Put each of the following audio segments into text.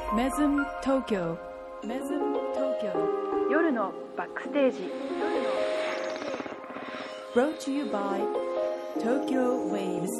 メズム東京夜のバックステージ Brought to you by Tokyo Waves。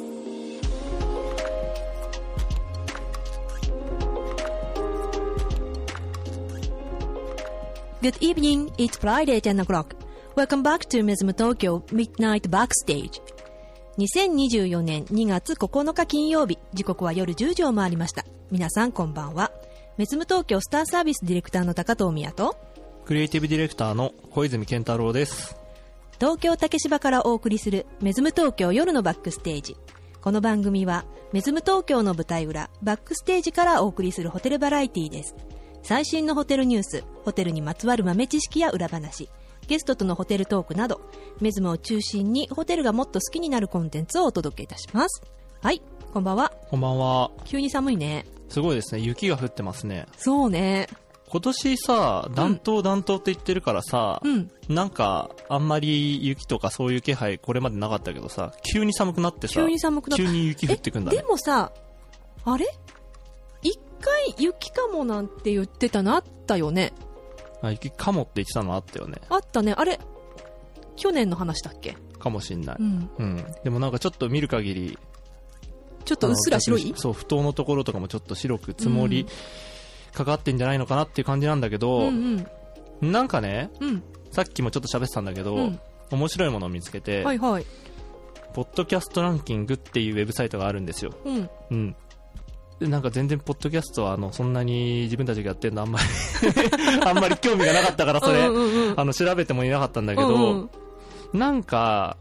Good evening, it's Friday 10 o'clock. Welcome back to Mesm Tokyo Midnight Backstage。 2024年2月9日金曜日、時刻は夜10時を回りました。皆さんこんばんは。メズム東京スターサービスディレクターの高藤宮とクリエイティブディレクターの小泉健太郎です。 東京竹芝からお送りするメズム東京夜のバックステージ。この番組はメズム東京の舞台裏バックステージからお送りするホテルバラエティです。最新のホテルニュース、ホテルにまつわる豆知識や裏話、ゲストとのホテルトークなど、メズムを中心にホテルがもっと好きになるコンテンツをお届けいたします。はい、こんばんは。 こんばんは。 急に寒いね。 すごいですね。雪が降ってますね。 そうね。 今年さ、暖冬って言ってるからさ、なんかあんまり雪とかそういう気配これまでなかったけどさ、急に寒くなってさ、急に雪降ってくんだね。 でもさ、あれ一回雪かもなんて言ってたのあったよね。 あ、雪かもって言ってたのあったよね。 あったね。あれ去年の話だっけ。 かもしんない。でもなんかちょっと見る限りちょっとうっすら白い、 そう、不当のところとかもちょっと白く積もりかかってんじゃないのかなっていう感じなんだけど、なんかね、さっきもちょっと喋ってたんだけど、面白いものを見つけて、ポッドキャストランキングっていうウェブサイトがあるんですよ。でなんか全然ポッドキャストはそんなに自分たちがやってるのあんまりあんまり興味がなかったからそれ調べてもいなかったんだけど、なんか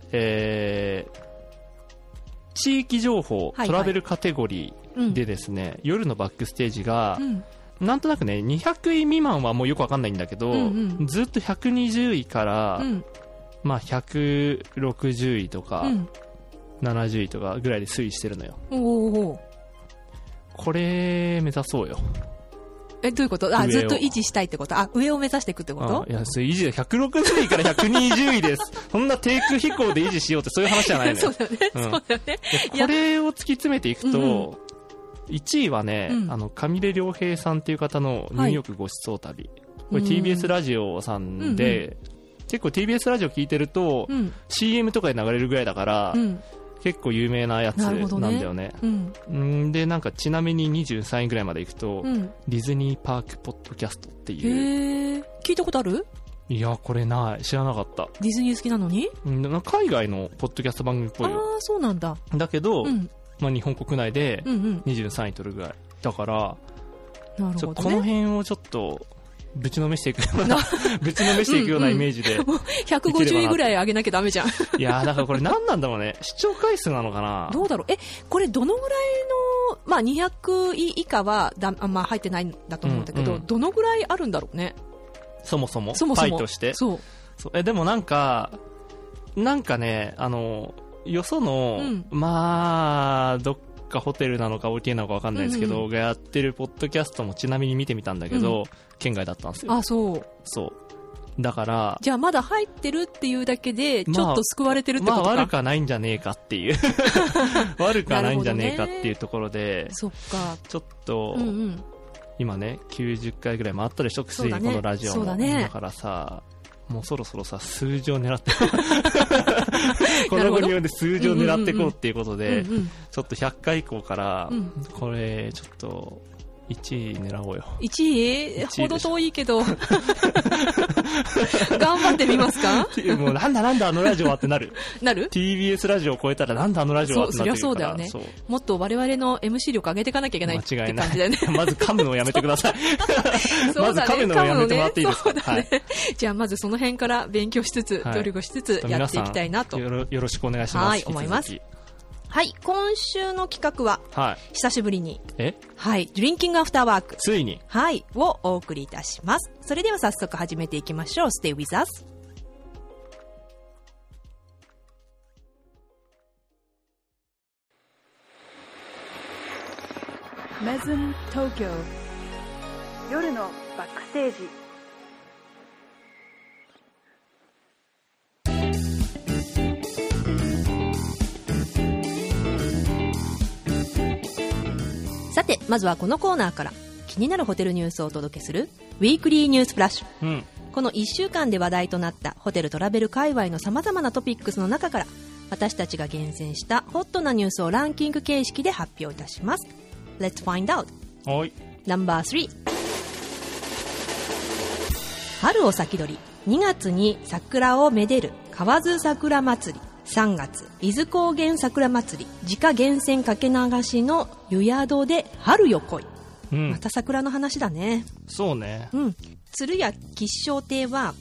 地域情報、トラベルカテゴリーでですね、夜のバックステージが、なんとなくね、200位未満はもうよくわかんないんだけど、ずっと120位から、まあ160位とか、70位とかぐらいで推移してるのよ。これ目指そうよ。 どういうこと？ずっと維持したいってこと？上を目指していくってこと？ いや、それ維持で160位から120位です。そんな低空飛行で維持しようってそういう話じゃないのよ。 そうだよね。そうだよね。 これを突き詰めていくと、1位はね、上出良平さんっていう方のニューヨークご馳走旅。これ TBS ラジオさんで、結構 TBS ラジオ聞いてると、CM とかで流れるぐらいだから、結構有名なやつなんだよね。で、なんかちなみに23位ぐらいまで行くと、ディズニーパークポッドキャストっていう。 聞いたことある？ いや、これない。知らなかった。 ディズニー好きなのに？ 海外のポッドキャスト番組っぽいよ。 そうなんだ。 だけど、まあ、日本国内で23位取るぐらい。だから、 なるほどね、 この辺をちょっと、ぶちのめしていくようなイメージで 150位ぐらい上げなきゃダメじゃん。 いやー、だからこれ何なんだろうね。視聴回数なのかな。 どうだろう。これどのぐらいの、まあ200位以下はまあ入ってないんだと思うんだけど、どのぐらいあるんだろうね。 そもそもパイとして。そう。でもなんかね、よその、まあどっかホテルなのか OK なのか分かんないですけど、がやってるポッドキャストもちなみに見てみたんだけど、県外だったんですよ。そうだからじゃあまだ入ってるっていうだけでちょっと救われてるってことか。 まあ悪かないんじゃねえかっていう悪かないんじゃねえかっていうところで、 そっか、 ちょっと、今ね90回ぐらい回ったでしょ、すでにこのラジオも。だからさ、もうそろそろさ、数字を狙ってこの5人で数字を狙っていこうっていうことで、ちょっと100回以降から、これちょっと1位狙おうよ。 1位ほど遠いけど頑張ってみますか。 もうなんだあのラジオはってなるTBS ラジオを超えたらなんだあのラジオはってなってるから。 そうだよね。もっと我々の MC 力上げていかなきゃいけないって感じだよね。 まず噛むのをやめてくださいまず噛むのをやめてもらっていいですか。 じゃあまずその辺から勉強しつつ、努力しつつやっていきたいなと。 よろしくお願いします。 はい、思います。はい、今週の企画は、久しぶりに、はい、ドリンキングアフターワーク、 ついに、 はい、をお送りいたします。それでは早速始めていきましょう。Stay with us。 メズム東京夜のバックステージ。 さて、まずはこのコーナーから。昨気になるホテルニュースをお届けするウィークリーニュースフラッシュ、 うん、 この1週間で話題となったホテルトラベル界隈のさまざまなトピックスの中から私たちが厳選したホットなニュースをランキング形式で発表いたします。 Let's find out。 はい。 No.3、 春を先取り2月に桜をめでる河津桜祭り、3月伊豆高原桜祭り、自家源泉かけ流しの湯宿で春よ来い、うん、また桜の話だね。 そうね、 うん、鶴屋吉祥亭は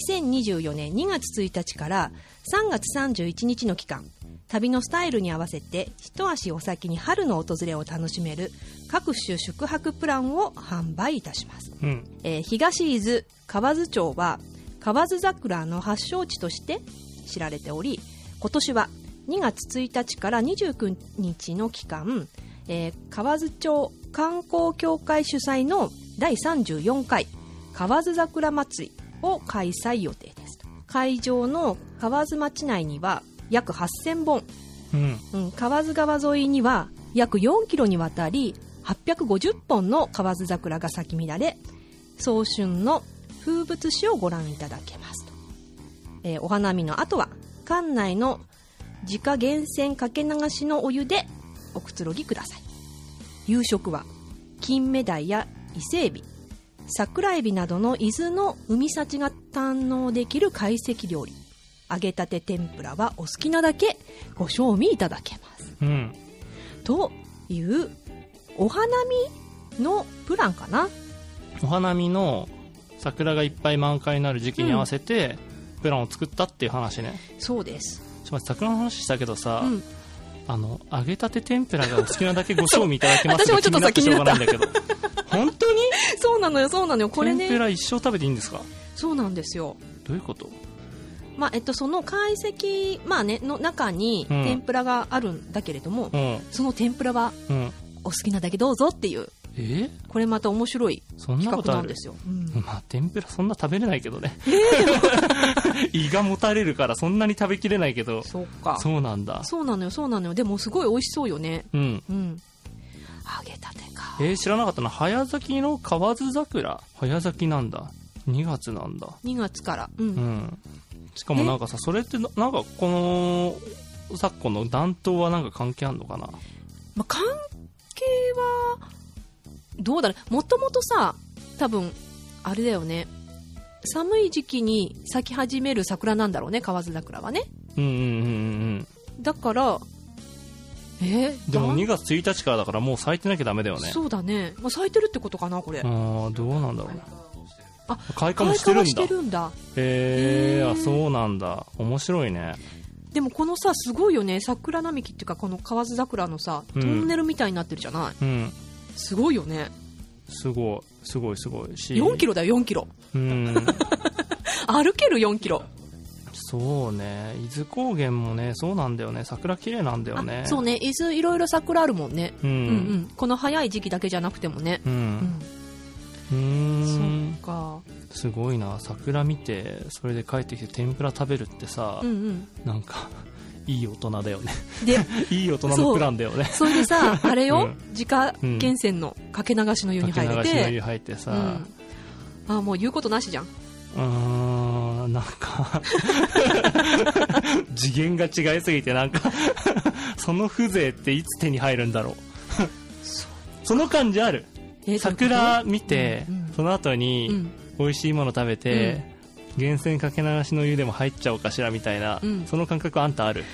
2024年2月1日から3月31日の期間、旅のスタイルに合わせて一足お先に春の訪れを楽しめる各種宿泊プランを販売いたします、うん。東伊豆河津町は河津桜の発祥地として知られており、今年は2月1日から29日の期間、河津町観光協会主催の第34回河津桜祭りを開催予定です。会場の河津町内には約8000本、河津川沿いには約4キロにわたり850本の河津桜が咲き乱れ、早春の風物詩をご覧いただけますと。お花見の後は館内の自家源泉かけ流しのお湯でおくつろぎください。夕食は金目鯛や伊勢海老、桜エビなどの伊豆の海幸が堪能できる懐石料理、揚げたて天ぷらはお好きなだけご賞味いただけます、うん、というお花見のプランかな。 お花見の桜がいっぱい満開になる時期に合わせて、プランを作ったっていう話ね。 そうです。 桜の話したけどさ、揚げたて天ぷらがお好きなだけご賞味いただけますが私もちょっとさ気になった気になってしょうがないんだけど本当にそうなのよ、そうなのよ。これね、 天ぷら一生食べていいんですか？ そうなんですよ。 どういうこと？ その懐石、の中に天ぷらがあるんだけれども、その天ぷらはお好きなだけどうぞっていう、これまた面白い企画なんですよ。 天ぷらそんな食べれないけどね、胃がもたれるからそんなに食べきれないけど。 そうか、 そうなんだ。 そうなのよ、そうなのよ。でもすごい美味しそうよね。揚げたてか。 知らなかったな。早咲きの河津桜、早咲きなんだ。2月なんだ。 2月から、 しかもなんかさ、それってなんかこの昨今の暖冬はなんか関係あるのかな。 関係はどうだろう。もともとさ、多分あれだよね、寒い時期に咲き始める桜なんだろうね、河津桜はね。だからでも2月1日からだからもう咲いてなきゃダメだよね。 そうだね、咲いてるってことかな、これ。 どうなんだろうね。開花もしてるんだ。そうなんだ。面白いね。 でもこのさ、すごいよね、桜並木っていうか、この河津桜のさ、トンネルみたいになってるじゃない、すごいよね。 すごいし、 4キロだよ、4キロ。歩ける4キロ。 そうね、伊豆高原もね、そうなんだよね、桜綺麗なんだよね。 そうね、伊豆いろいろ桜あるもんね。この早い時期だけじゃなくてもね。そっか。 すごいな。桜見てそれで帰ってきて天ぷら食べるってさ、なんかいい大人だよね。でいい大人のプランだよね。 それでさ、あれよ、自家源泉のかけ流しの湯に入って、 かけ流しの湯入ってさ、 もう言うことなしじゃん。 なんか次元が違いすぎて、なんかその風情っていつ手に入るんだろう。その感じある。桜見て、その後に美味しいもの食べて、源泉かけ流しの湯でも入っちゃおうかしらみたいな、その感覚あんたある？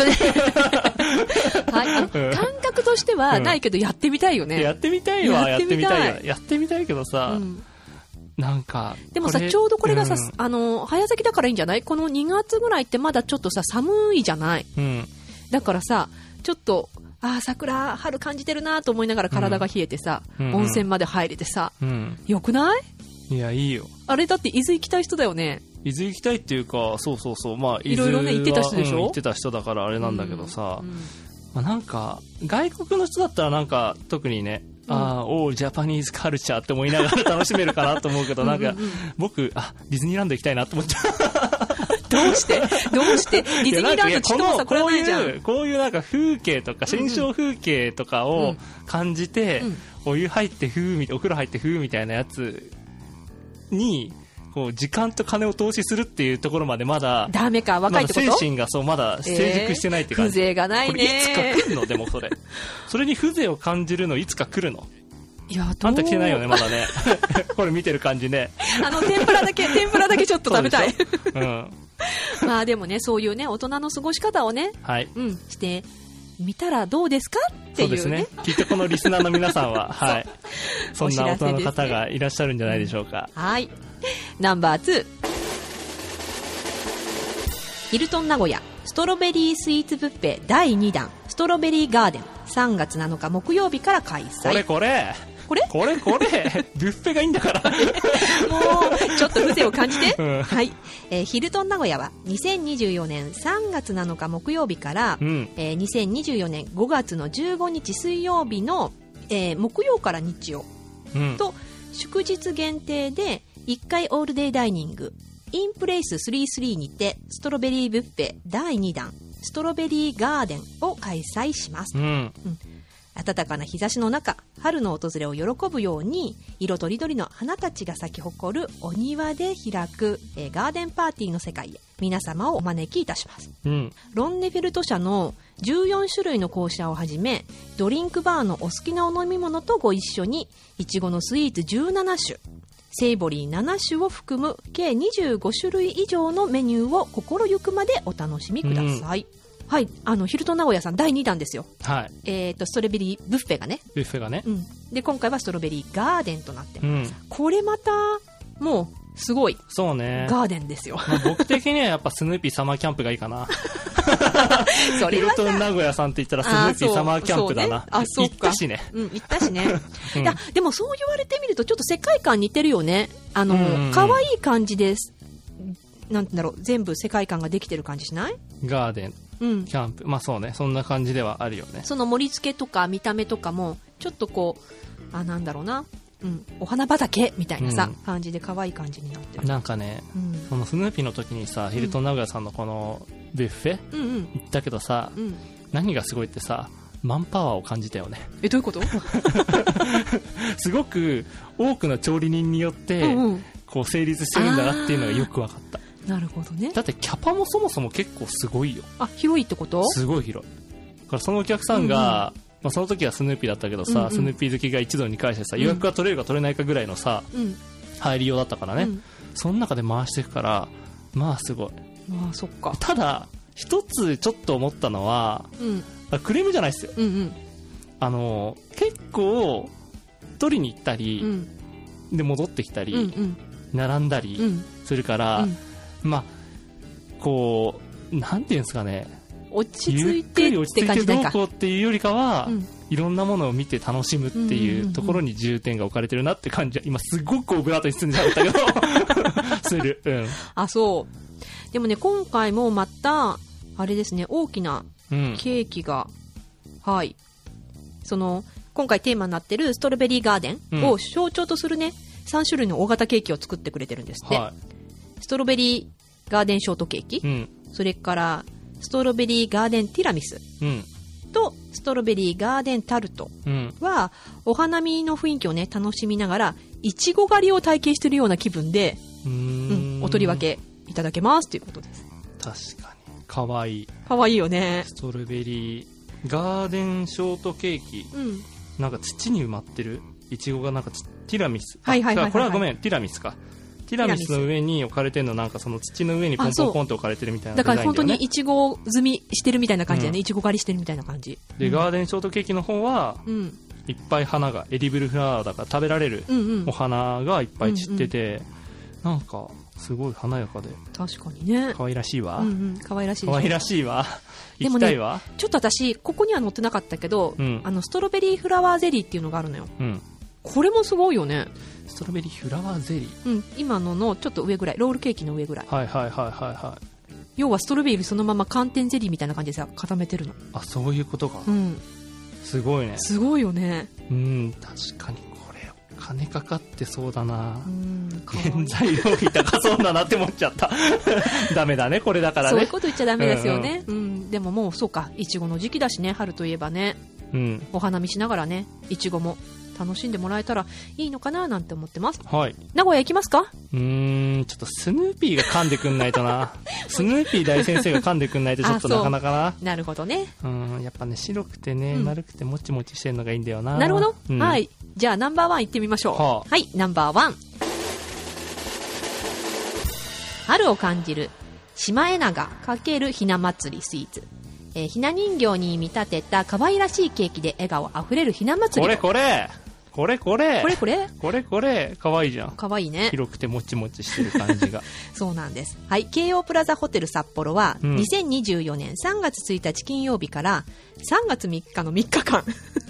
感覚としてはないけど、やってみたいよね。 やってみたいわ。やってみたいけどさ、なんかでもさ、ちょうどこれがさ、早咲きだからいいんじゃない？この2月ぐらいってまだちょっとさ、寒いじゃない、だからさ、ちょっと桜春感じてるなと思いながら体が冷えてさ、温泉まで入れてさ、よくない？ いや、いいよ。 あれだって伊豆行きたい人だよね。 伊豆行きたいっていうか、そう、 いろいろね、行ってた人でしょ。 行ってた人だからあれなんだけどさ、なんか外国の人だったらなんか特にね、ジャパニーズカルチャーって思いながら楽しめるかなと思うけど、なんか僕ディズニーランド行きたいなと思ってどうしてディズニーランドちっともさ来らないじゃん。 こういうなんか風景とか新象風景とかを感じて、お湯入ってお風呂入ってみたいなやつにこう時間と金を投資するっていうところまでまだダメか、若いってこと？ まだ精神がまだ成熟してないって感じ。 風情がないね。 これいつか来るの？でもそれに風情を感じるのいつか来るの？ いや、 あんた来てないよね、まだね。これ見てる感じね。 天ぷらだけちょっと食べたい。 うん。 まあでもね、そういうね、大人の過ごし方をね、 はい。 してみたらどうですかっていうね。 そうですね。きっとこのリスナーの皆さんは、はい。そんな大人の方がいらっしゃるんじゃないでしょうか。 はい。ナンバー2。ヒルトン名古屋ストロベリースイーツブッフェ第2弾ストロベリーガーデン3月7日木曜日から開催。 これブッフェがいいんだからもうちょっと風情を感じて、はい、ヒルトン名古屋は2024年3月7日木曜日から、2024年5月の15日水曜日の、木曜から日曜、と祝日限定で1回オールデイダイニングインプレイス33にてストロベリーブッフェ第2弾ストロベリーガーデンを開催します。暖かな日差しの中春の訪れを喜ぶように色とりどりの花たちが咲き誇るお庭で開く、ガーデンパーティーの世界へ皆様をお招きいたします、ロンネフェルト社の14種類の紅茶をはじめドリンクバーのお好きなお飲み物とご一緒にいちごのスイーツ17種セイボリー7種を含む計25種類以上のメニューを心ゆくまでお楽しみください、はい、ヒルトン名古屋さん第2弾ですよ。 はい。 ストロベリーブッフェがね。で、今回はストロベリーガーデンとなってます。これまた、もう、すごい。 そうね。 ガーデンですよ。 僕的にはやっぱスヌーピーサマーキャンプがいいかな。 それはヒルトン名古屋さんって言ったらスヌーピーサマーキャンプだな。行ったしね。 行ったしね。いや、でもそう言われてみるとちょっと世界観似てるよね。可愛い感じです。なんてだろう、全部世界観ができてる感じしない？ ガーデン。キャンプ、まあそうね、そんな感じではあるよね。 その盛り付けとか見た目とかもちょっとこうなんだろうな、お花畑みたいなさ、感じで可愛い感じになってる。 なんかね、そのスヌーピーの時にさ、ヒルトン名古屋さんのこのビュッフェ、行ったけどさ、何がすごいってさ、マンパワーを感じたよね。 どういうこと？ すごく多くの調理人によって、こう成立してるんだなっていうのがよく分かった。 なるほどね。 だってキャパもそもそも結構すごいよ。 広いってこと？ すごい広い。だからそのお客さんが、まあ、その時はスヌーピーだったけどさ、スヌーピー好きが一堂に会してさ、予約が取れるか取れないかぐらいのさ、入りようだったからね、その中で回していくから、まあすごい。 そっか。 ただ一つちょっと思ったのは、クレームじゃないですよ、結構取りに行ったり、で戻ってきたり、並んだりするから、まあこうなんていうんですかね、 落ち着いてって感じだか。 どうこうっていうよりかは、いろんなものを見て楽しむっていうところに重点が置かれてるなって感じは、今すごくオブラートに包んでなかったけどする。 そう。でもね、今回もまたあれですね、大きなケーキが、その今回テーマになってるストロベリーガーデンを象徴とするね、3種類の大型ケーキを作ってくれてるんですって、ストロベリーガーデンショートケーキ、それからストロベリーガーデンティラミス、とストロベリーガーデンタルトは、お花見の雰囲気をね楽しみながらいちご狩りを体験しているような気分で、お取り分けいただけますということです。 確かにかわいい。 かわいいよね。 ストロベリーガーデンショートケーキ、なんか土に埋まってるいちごがなんかティラミス、これはごめん、ティラミスか。ティラミスの上に置かれてるの、なんかその土の上にポンポンポンと置かれてるみたいなデザインだよね。だから本当にいちご摘みしてるみたいな感じだね。いちご狩りしてるみたいな感じで、 ガーデンショートケーキの方は、いっぱい花がエディブルフラワーだから食べられるお花がいっぱい散ってて、なんかすごい華やかで、 確かにね、 可愛らしいわ。 可愛らしい。 可愛らしいわ。行きたいわ。 ちょっと私ここには載ってなかったけど、ストロベリーフラワーゼリーっていうのがあるのよ。これもすごいよね。 ストロベリーフラワーゼリー、 今のちょっと上ぐらい、ロールケーキの上ぐらい。要はストロベリーそのまま寒天ゼリーみたいな感じでさ固めてるの。そういうことか。すごいね。すごいよね。確かにこれを金かかってそうだな。原材料費高そうだなって思っちゃったダメだねこれだからね。 そういうこと言っちゃダメですよね。でももうそうか、いちごの時期だしね、春といえばね、お花見しながらね、いちごも楽しんでもらえたらいいのかななんて思ってます。 はい。 名古屋行きますか？ ちょっとスヌーピーが噛んでくんないとなスヌーピー大先生が噛んでくんないとちょっとなかなかな。 なるほどね。 やっぱね、白くてね、丸くてもちもちしてるのがいいんだよな。 なるほど。はい。じゃあナンバーワン行ってみましょう。はい、ナンバーワン。春を感じるシマエナガ×ひな祭りスイーツ。ひな人形に見立てた可愛らしいケーキで笑顔あふれるひな祭り。これかわいいじゃん。 かわいいね。 広くてもちもちしてる感じがそうなんです。はい、京王プラザホテル札幌は、2024年3月1日金曜日から3月3日の3日間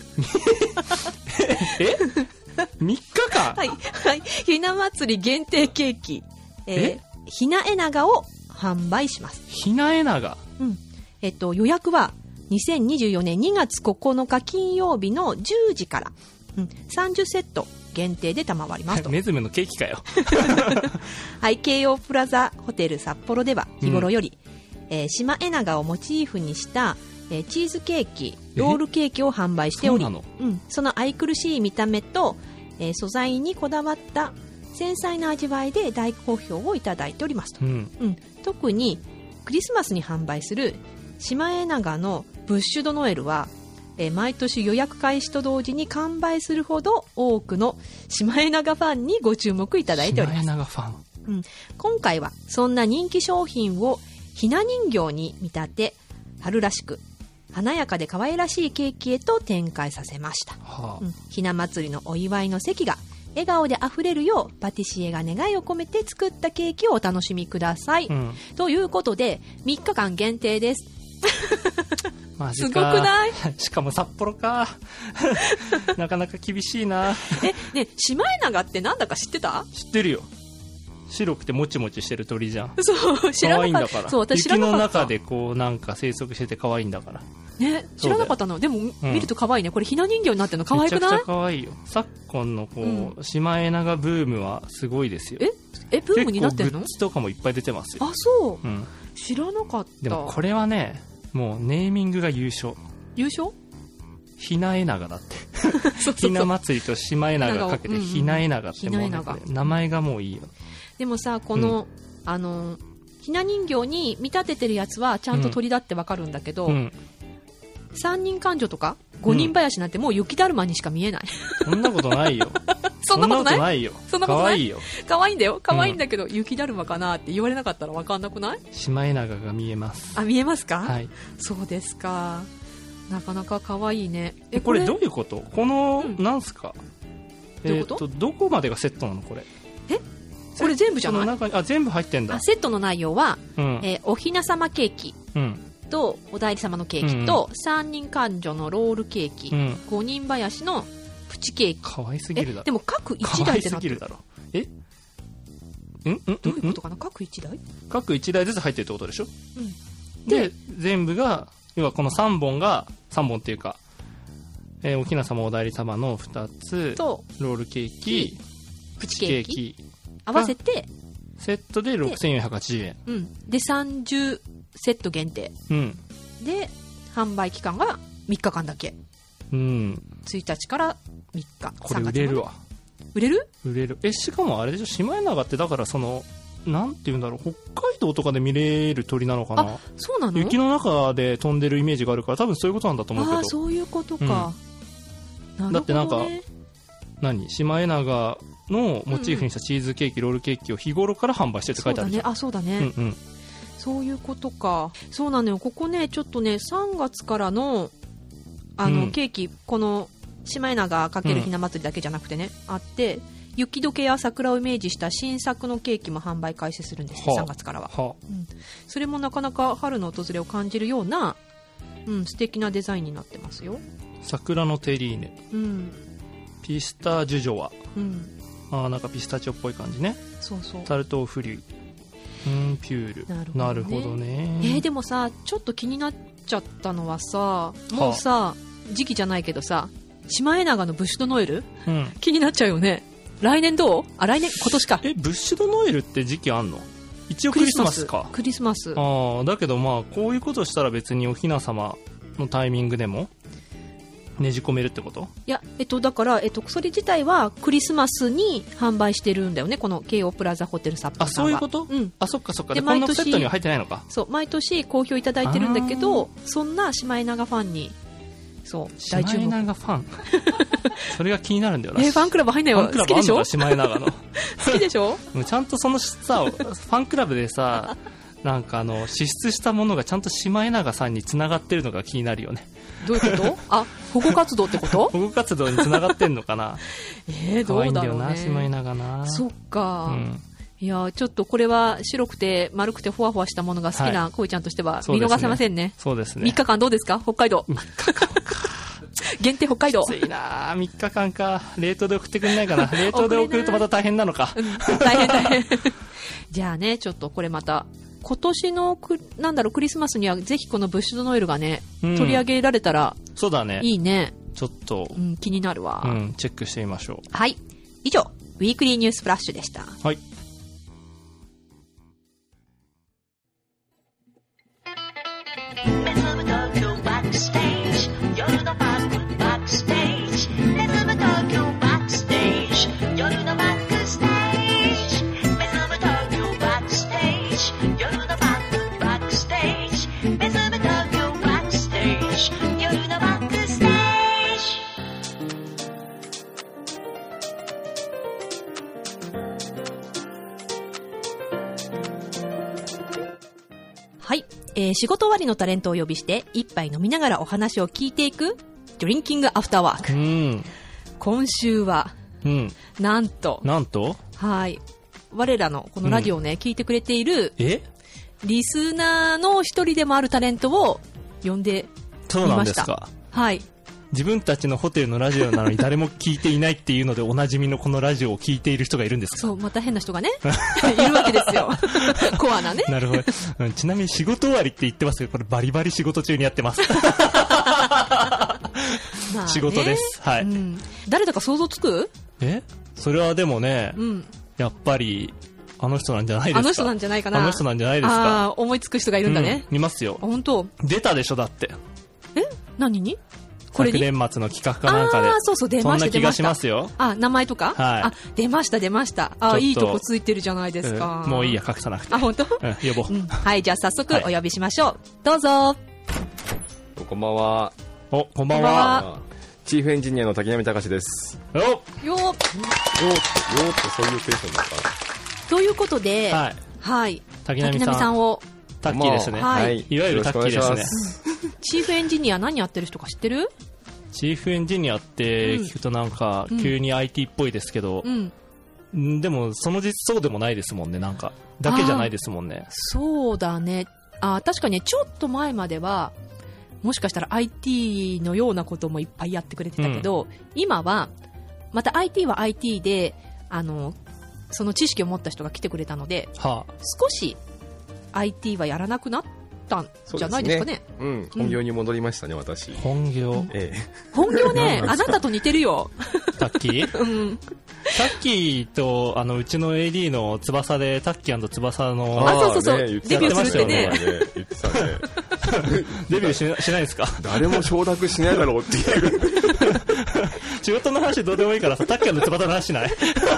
3日間はい、はい、ひな祭り限定ケーキ、ひなえながを販売します。 ひなえなが、 予約は2024年2月9日金曜日の10時から、30セット限定で賜りますと。 メズムのケーキかよはい、京王プラザホテル札幌では日頃より、シマエナガをモチーフにした、チーズケーキ、ロールケーキを販売しており、その愛くるしい見た目と、素材にこだわった繊細な味わいで大好評をいただいておりますと。特にクリスマスに販売するシマエナガのブッシュドノエルは、毎年予約開始と同時に完売するほど多くのシマエナガファンにご注目いただいております。 シマエナガファン、 今回はそんな人気商品をひな人形に見立て、春らしく華やかで可愛らしいケーキへと展開させました。ひな祭りのお祝いの席が笑顔であふれるようパティシエが願いを込めて作ったケーキをお楽しみください、ということで3日間限定ですマジか。 すごくない？ しかも札幌かなかなか厳しいな。 ね、シマエナガってなんだか知ってた？ 知ってるよ。白くてもちもちしてる鳥じゃん。 そう、知らなかった。可愛いんだから。そう、私知らなかった。 雪の中でこうなんか生息してて可愛いんだからね。知らなかったの。でも、見ると可愛いね。これひな人形になってるの可愛くない？ めちゃくちゃ可愛いよ。昨今のこう、シマエナガブームはすごいですよ。 ブームになってんの？ グッズとかもいっぱい出てますよ。 あ、そう、知らなかった。 でもこれはね、もうネーミングが優勝。ひなえながだってひな祭りとシマエナガかけてひなえながってもう、ね、名前がもういいよ。 でもさ、この、ひな人形に見立ててるやつはちゃんと鳥だってわかるんだけど、3人勘定とか5人林なんてもう雪だるまにしか見えない。 そんなことないよそんなことないよ。 そんなことない。 可愛いよ。 可愛いんだよ。可愛いんだけど、雪だるまかなって言われなかったらわかんなくない？ シマエナガが見えます。 あ、見えますか？ はい。 そうですか。なかなか可愛いね。 これどういうこと？この、なんすか？ どういうこと？ どこまでがセットなのこれ？ これ全部じゃない？ 中に全部入ってんだ。 セットの内容は、おひな様ケーキとお代理様のケーキと、3人勘定のロールケーキ、5人林のプチケーキ。 可愛すぎるだろ。 でも各1台ってなってる。 可愛すぎるだろ。 どういうことかな？各1台？ 各1台ずつ入ってるってことでしょ？で、全部が、要はこの3本っていうか、おひな様お代理様の2つとロールケーキ、 プチケーキ合わせてセットで6480円。 で30セット限定。で販売期間が3日間だけ。1日から3日。 これ売れるわ。 売れる？ 売れる。しかもあれでしょ、シマエナガってだからそのなんていうんだろう、北海道とかで見れる鳥なのかな。 あ、そうなの？ 雪の中で飛んでるイメージがあるから多分そういうことなんだと思うけど。 あ、そういうことか。 だってなんかシマエナガのモチーフにしたチーズケーキ、ロールケーキを日頃から販売してって書いてあるじゃん。 そうだね。そういうことか。そうなのよ。ここね、ちょっとね、3月からのケーキ、このシマエナガ×ひな祭りだけじゃなくてね、あって、雪解けや桜をイメージした新作のケーキも販売開始するんですね、3月からは。それもなかなか春の訪れを感じるような、素敵なデザインになってますよ。 桜のテリーネ、ピスタジュジョワ、なんかピスタチオっぽい感じね。 そうそう。 タルトフリュイ、ピュール。なるほどね。 でもさ、ちょっと気になっちゃったのはさ、もうさ、時期じゃないけどさ、 シマエナガのブッシュドノエル、 うん、 気になっちゃうよね。来年どう？来年、今年か。 ブッシュドノエルって時期あんの？一応クリスマスか。 クリスマス。 だけどまあこういうことしたら別におひな様のタイミングでもねじ込めるってこと？ いや、だから、それ自体はクリスマスに販売してるんだよね、この京王プラザホテル札幌さんは。 そういうこと？ うん。 そっかそっか。で、このセットには入ってないのか。 そう、毎年好評いただいてるんだけど、そんなシマエナガファンに、そう、大注目。シマエナガファンそれが気になるんだよな。 ファンクラブ入んないよ。好きでしょ？ シマエナガの。 好きでしょ？ ちゃんとそのさ、ファンクラブでさ、なんか支出したものがちゃんとシマエナガさんに繋がってるのが気になるよね。 どういうこと？保護活動ってこと？ 保護活動に繋がってんのかな。 どうだろうね。可愛いんだよな、 シマエナガな。 そっか。いや、ちょっとこれは白くて丸くてふわふわしたものが好きなこいちゃんとしては見逃せませんね。 そうですね。 3日間どうですか？北海道。 3日間か。 限定北海道。 きついな、3日間か。冷凍で送ってくんないかな。冷凍で送るとまた大変なのか。 大変。じゃあね、ちょっとこれまた今年のクリスマスにはぜひこのブッシュドノエルがね、取り上げられたらそうだね、 いいね。 ちょっと、 気になるわ。 チェックしてみましょう。 はい、以上ウィークリーニュースフラッシュでした。 はい。 はい、仕事終わりのタレントをお呼びして一杯飲みながらお話を聞いていくドリンキングアフターワーク。今週は、なんとはい、我らのこのラジオをね、聞いてくれているリスナーの一人でもあるタレントを呼んでみました。 そうなんですか。 はい。 自分たちのホテルのラジオなのに誰も聞いていないっていうのでおなじみのこのラジオを聞いている人がいるんですか？ そう、また変な人がねいるわけですよコアなね。 なるほど、ちなみに仕事終わりって言ってますけど、これバリバリ仕事中にやってますまあね、仕事です。はい、 誰だか想像つく？ それはでもね、やっぱりあの人なんじゃないですか。 あの人なんじゃないかな。 あの人なんじゃないですか。 思いつく人がいるんだね。 いますよ。 本当？ 出たでしょだって。 何に？これに昨年末の企画かなんかで。 そう出ました。そんな気がしますよ。 名前とか？はい。出ました。いいとこついてるじゃないですか。 もういいや、隠さなくて。 本当？ 呼ぼう。 はい、じゃあ早速お呼びしましょう。どうぞ。 こんばんは。 こんばんは。 チーフエンジニアの滝波隆です。 よってそういうテンションですか？ ということで、はい。 滝波さんを。 タッキーですね。はい。いわゆるタッキーですね。 チーフエンジニア何やってる人か知ってる？ チーフエンジニアって聞くとなんか急に IT っぽいですけど、でもその実そうでもないですもんね。なんかだけじゃないですもんね。 そうだね。確かにちょっと前まではもしかしたら IT のようなこともいっぱいやってくれてたけど、今はまた IT は IT でその知識を持った人が来てくれたので、少し IT はやらなくなったんじゃないですかね。 本業に戻りましたね、私。 本業、 本業ねあなたと似てるよタッキー、タッキーとうちの AD の翼でタッキー&翼のそう、デビューするってね。 言ってたね。 デビューしないですか？ 誰も承諾しないだろうっていう仕事の話どうでもいいからさ、タッキー&翼の話しない？だ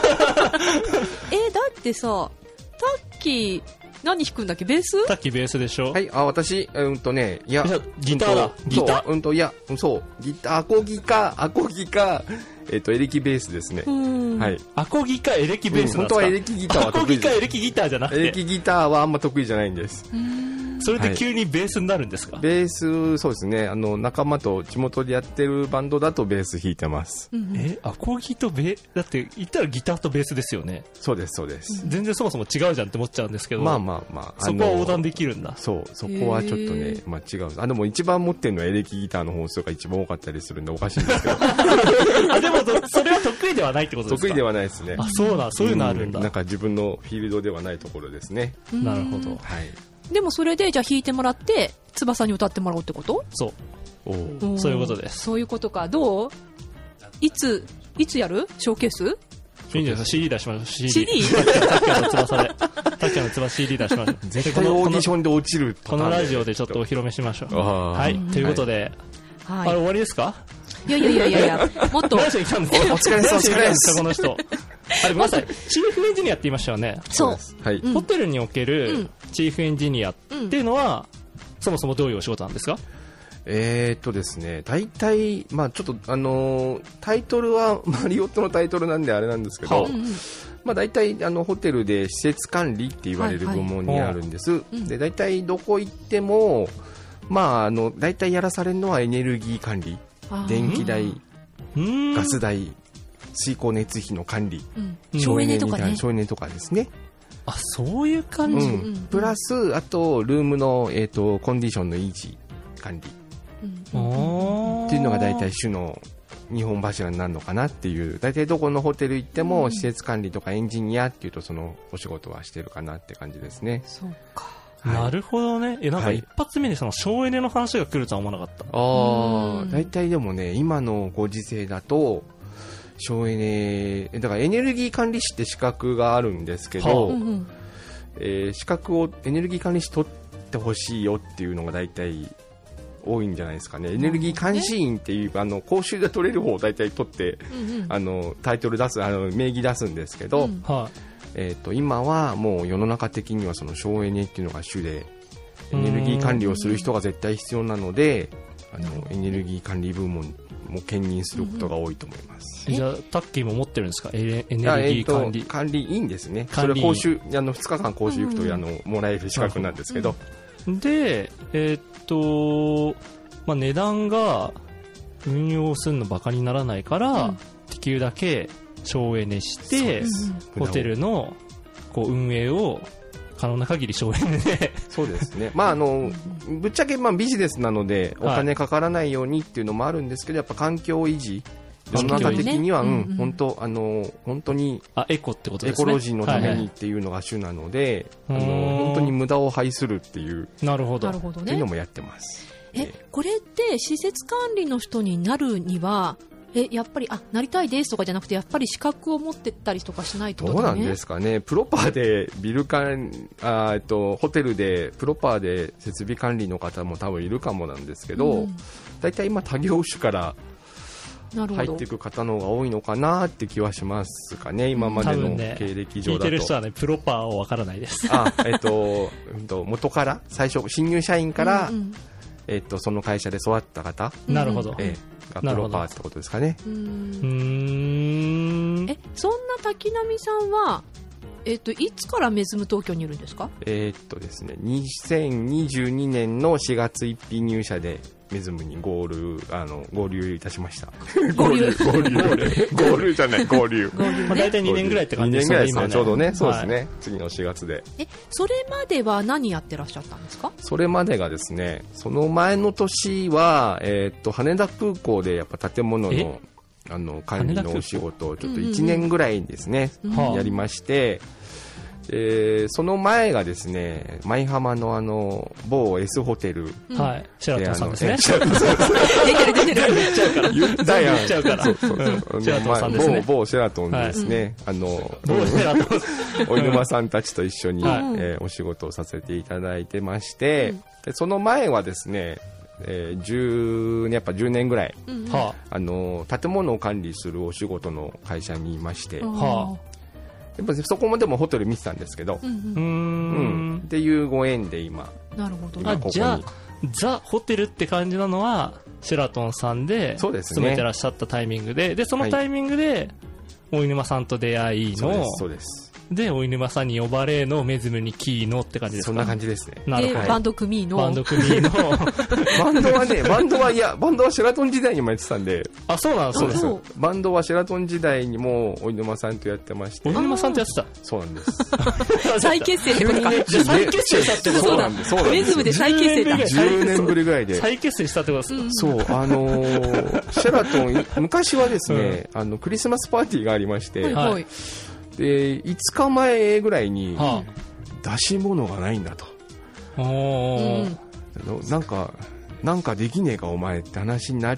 ってさ、タッキー何弾くんだっけ？ベース？ タッキーベースでしょ？ はい、私、いや、 ギターだ。 ギター？そう、ギター、アコギか、エレキベースですね。はい。 アコギかエレキベースなんですか？ 本当はエレキギターは得意。 アコギかエレキギターじゃなくて。 エレキギターはあんま得意じゃないんです。 それで急にベースになるんですか？ ベース、そうですね。仲間と地元でやってるバンドだとベース弾いてます。 アコギとだって言ったらギターとベースですよね。 そうです、そうです。 全然そもそも違うじゃんって思っちゃうんですけど。 まあ。 そこは横断できるんだ。 そう、そこはちょっとね、違うんです。でも一番持ってるのはエレキギターの本数が一番多かったりするんでおかしいんですけど。 でもそれは得意ではないってことですか？ 得意ではないですね。 そういうのあるんだ。 なんか自分のフィールドではないところですね。 なるほど。 はい。 でもそれでじゃあ弾いてもらって翼に歌ってもらおうってこと？ そういうことです。 そういうことか。どう？ いつやるショーケース？ いいんじゃないですか。 CD 出しましょう。 CD？ タッキャの翼でタッキャの翼 CD 出しましょう。 絶対オーディションで落ちるこのラジオでちょっとお披露目しましょう。はい、ということで、あれ終わりですか？ いやもっと。 何しに来たんですか？お疲れ様です。この人。あれ、ごめんなさい。チーフエンジニアって言いましたよね。 そう。 はい。 ホテルにおけるチーフエンジニアっていうのは、そもそもどういうお仕事なんですか？ ですね、大体、ちょっと、タイトルはマリオットのタイトルなんであれなんですけど、大体、ホテルで施設管理って言われる部門にあるんです。で、大体どこ行っても、大体やらされるのはエネルギー管理、電気代、ガス代、水光熱費の管理、 省エネとかね。 省エネとかですね。 あ、そういう感じ。 プラス、あと、ルームの、コンディションの維持、管理。っていうのが大体主の2本柱になるのかなっていう、大体どこのホテル行っても施設管理とかエンジニアっていうとそのお仕事はしてるかなって感じですね。 そうか、 なるほどね。なんか一発目にその省エネの話が来るとは思わなかった。 大体でもね、今のご時世だと省エネだからエネルギー管理士って資格があるんですけど、資格をエネルギー管理士取ってほしいよっていうのが大体多いんじゃないですかね。エネルギー監視員っていう講習で取れる方を大体取って、タイトル出す名義出すんですけど、今はもう世の中的にはその省エネっていうのが主でエネルギー管理をする人が絶対必要なので、エネルギー管理部門も兼任することが多いと思います。 じゃあタッキーも持ってるんですか？エネルギー管理、 管理員ですね。それ講習2日間講習行くともらえる資格なんですけど、 で値段が運用するのバカにならないから、できるだけ省エネして、ホテルの運営を可能な限り省エネでそうですね。ぶっちゃけビジネスなのでお金かからないようにっていうのもあるんですけど、やっぱ環境維持、世の中的には本当にエコってことですね。 エコロジーのためにっていうのが主なので、本当に無駄を排するっていう、 なるほどっていうのもやってます。 これって施設管理の人になるにはやっぱりなりたいですとかじゃなくて、やっぱり資格を持ってったりとかしないと、 どうなんですかね。プロパーでホテルでプロパーで設備管理の方も多分いるかもなんですけど、大体今他業種から入っていく方の方が多いのかなって気はしますかね、今までの経歴上だと。 聞いてる人はね、プロパーをわからないです。 元から最初新入社員から、その会社で育った方、 なるほど、 がプロパーってことですかね。 そんな滝波さんはいつからメズム東京にいるんですか？ ですね、2022年の4月1日入社でメズムに合流いたしました。合流じゃない、合流。 大体2年ぐらいって感じですね。 2年ぐらいですね、ちょうどね。そうですね。次の4月で。 それまでは何やってらっしゃったんですか？ それまでがですね、その前の年は、羽田空港でやっぱ建物の管理のお仕事をちょっと1年ぐらいですね、やりまして、その前がですね、舞浜の某 S ホテル、 シェラトンさんですね。 言ったやん。 シェラトンさんですね。 某シェラトンですね。お犬さんたちと一緒にお仕事をさせていただいてまして、その前はですね、やっぱ10年ぐらい、建物を管理するお仕事の会社にいまして、やっぱそこもでもホテル見てたんですけど、っていうご縁で今。 なるほど。 じゃあザ・ホテルって感じなのはシェラトンさんで勤めてらっしゃったタイミングで、そのタイミングで大沼さんと出会いの、 そうです。 で大沼さんに呼ばれのメズムにキーのって感じですか？ そんな感じですね。 なるほど。 バンド組のバンドはシェラトン時代にもやってたんで。 あ、そうなんです。 バンドはシェラトン時代にも大沼さんとやってまして。 大沼さんとやってた？ そうなんです。 再結成ってことか。 再結成したってこと？ そうなんです。メズムで再結成だ。 10年ぶりぐらいで再結成したってことですか？ そう、シェラトン昔はですね、クリスマスパーティーがありまして、で5日前ぐらいに出し物がないんだと、なんかなんかできねえかお前って話になって、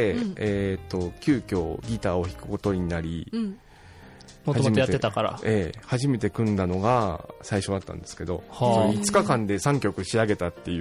急遽ギターを弾くことになり、 もともとやってたから、 初めて組んだのが最初だったんですけど、それ5日間で3曲仕上げたっていう。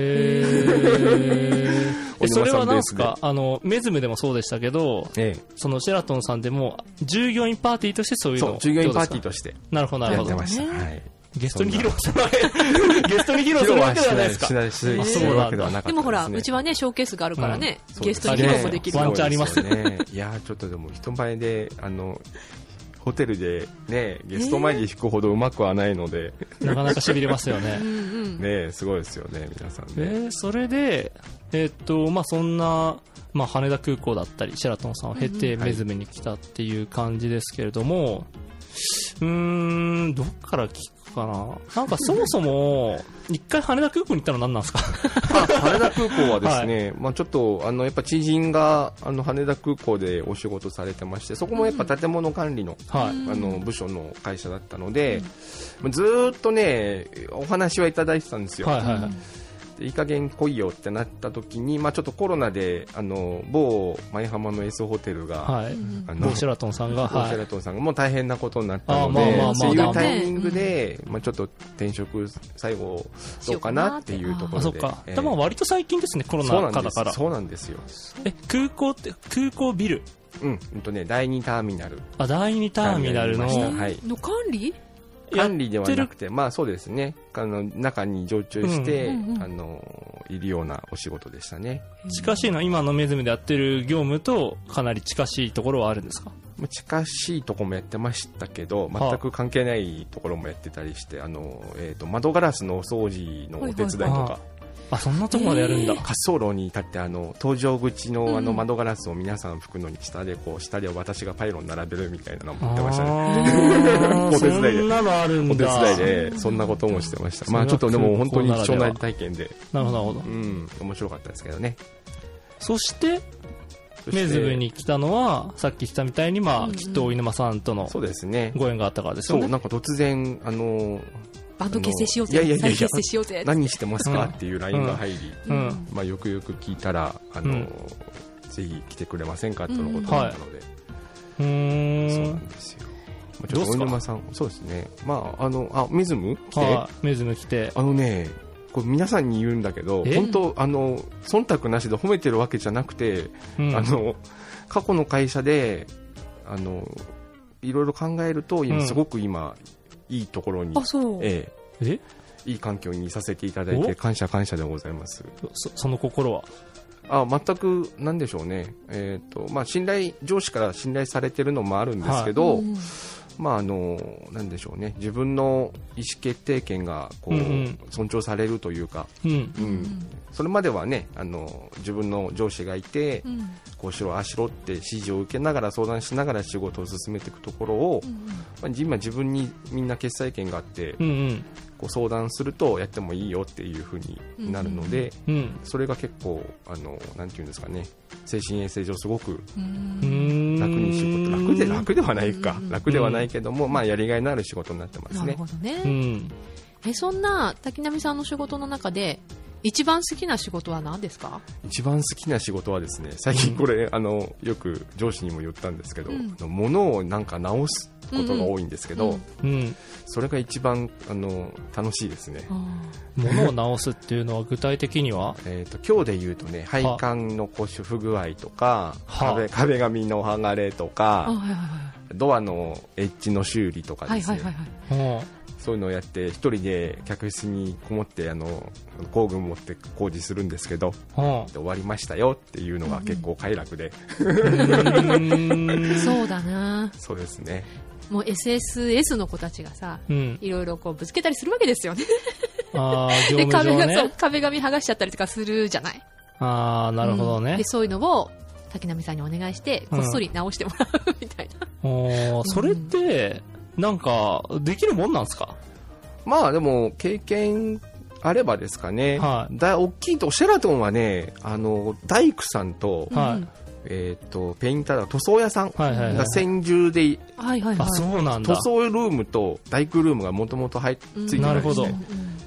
それはなんですか、メズムでもそうでしたけど、そのシェラトンさんでも従業員パーティーとしてそういうのを、 そう、従業員パーティーとしてなるほどなるほど、 やってました。はい、 ゲストに披露するわけゲストに披露するわけではないですか。 そうわけではなかったですね。 でもほら、うちはねショーケースがあるからね、ゲストに披露もできる。 ワンチャンありますね。いやちょっとでも人前でホテルでねゲスト前で弾くほどうまくはないので、 なかなか痺れますよね。 ねすごいですよね皆さんね。 それでまあそんな、まあ、羽田空港だったりシェラトンさんを経てメズムに来たっていう感じですけれども、どっから聞くかな。なんかそもそも一回羽田空港に行ったの何なんですか。 羽田空港はですね、まあ、ちょっとやっぱ知人が羽田空港でお仕事されてまして、そこもやっぱ建物管理の、部署の会社だったので、ずーっとねお話はいただいてたんですよ。いい加減来いよってなった時に、まあ、ちょっとコロナで某舞浜の S ホテルが、 某シェラトンさんがもう大変なことになったので、そういうタイミングで、まあ、ちょっと転職最後どうかなっていうところで。 そうか、でも割と最近ですね、コロナ禍だから。 そうなんですよ。 空港って空港ビル、 第2ターミナル、 第2ターミナルの管理ではなくて、まあそうですね、中に常駐して、いるようなお仕事でしたね。 近しいのは今のメズムでやってる業務とかなり近しいところはあるんですか。 近しいところもやってましたけど、全く関係ないところもやってたりして、窓ガラスのお掃除のお手伝いとか、 そんなところまでやるんだ。 滑走路に立って搭乗口の窓ガラスを皆さん拭くのに下で私がパイロン並べるみたいなのもやってましたね。お手伝いで。 そんなのあるんだ。 お手伝いでそんなこともしてました。まあちょっとでも本当に貴重な体験で。 なるほどなるほど。 面白かったですけどね。 そしてメズムに来たのはさっき言ったみたいに、まあきっと大沼さんとのご縁があったからですよね。 そう、なんか突然バンド結成しようぜ、再結成しようぜ、 何してますかっていう LINE が入り、まあ、よくよく聞いたらぜひ来てくれませんかとのことだったので、そうなんですよ。 どうですか、 大沼さん。そうですね、まあメズム来て、 メズム来て、 これ皆さんに言うんだけど、本当忖度なしで褒めてるわけじゃなくて、過去の会社でいろいろ考えるとすごく今いいところに、いい環境にさせていただいて感謝でございます。 その心は全くなんでしょうね、まあ、上司から信頼されてるのもあるんですけど、まあなんでしょうね、自分の意思決定権が尊重されるというか、それまではね自分の上司がいて、こうしろああしろって指示を受けながら相談しながら仕事を進めていくところを、今自分にみんな決裁権があって、こう相談するとやってもいいよっていう風になるので、それが結構なんていうんですかね、精神衛生上すごく楽に仕事、楽ではないか、楽ではないけども、まあやりがいのある仕事になってますね。 なるほどね。そんな滝波さんの仕事の中で一番好きな仕事は何ですか？ 一番好きな仕事はですね、最近これよく上司にも言ったんですけど、物をなんか直すことが多いんですけど、それが一番楽しいですね。 物を直すっていうのは具体的には今日で言うとね、配管の不具合とか、壁紙の剥がれとか、ドアのエッジの修理とかですね、そういうのをやって一人で客室にこもって工具持って工事するんですけど、終わりましたよっていうのが結構快楽で、 そうだな。 そうですね。 もう SSS の子たちがさ、いろいろこうぶつけたりするわけですよね。 で壁紙剥がしちゃったりとかするじゃない。 なるほどね。 でそういうのを滝波さんにお願いしてこっそり直してもらうみたいな。それってなんかできるもんなんですか？ まあでも経験あればですかね。大きいとシェラトンはね、大工さんと、ペインター塗装屋さんが専従で、 そうなんだ。 塗装ルームと大工ルームがもともとついてたりして、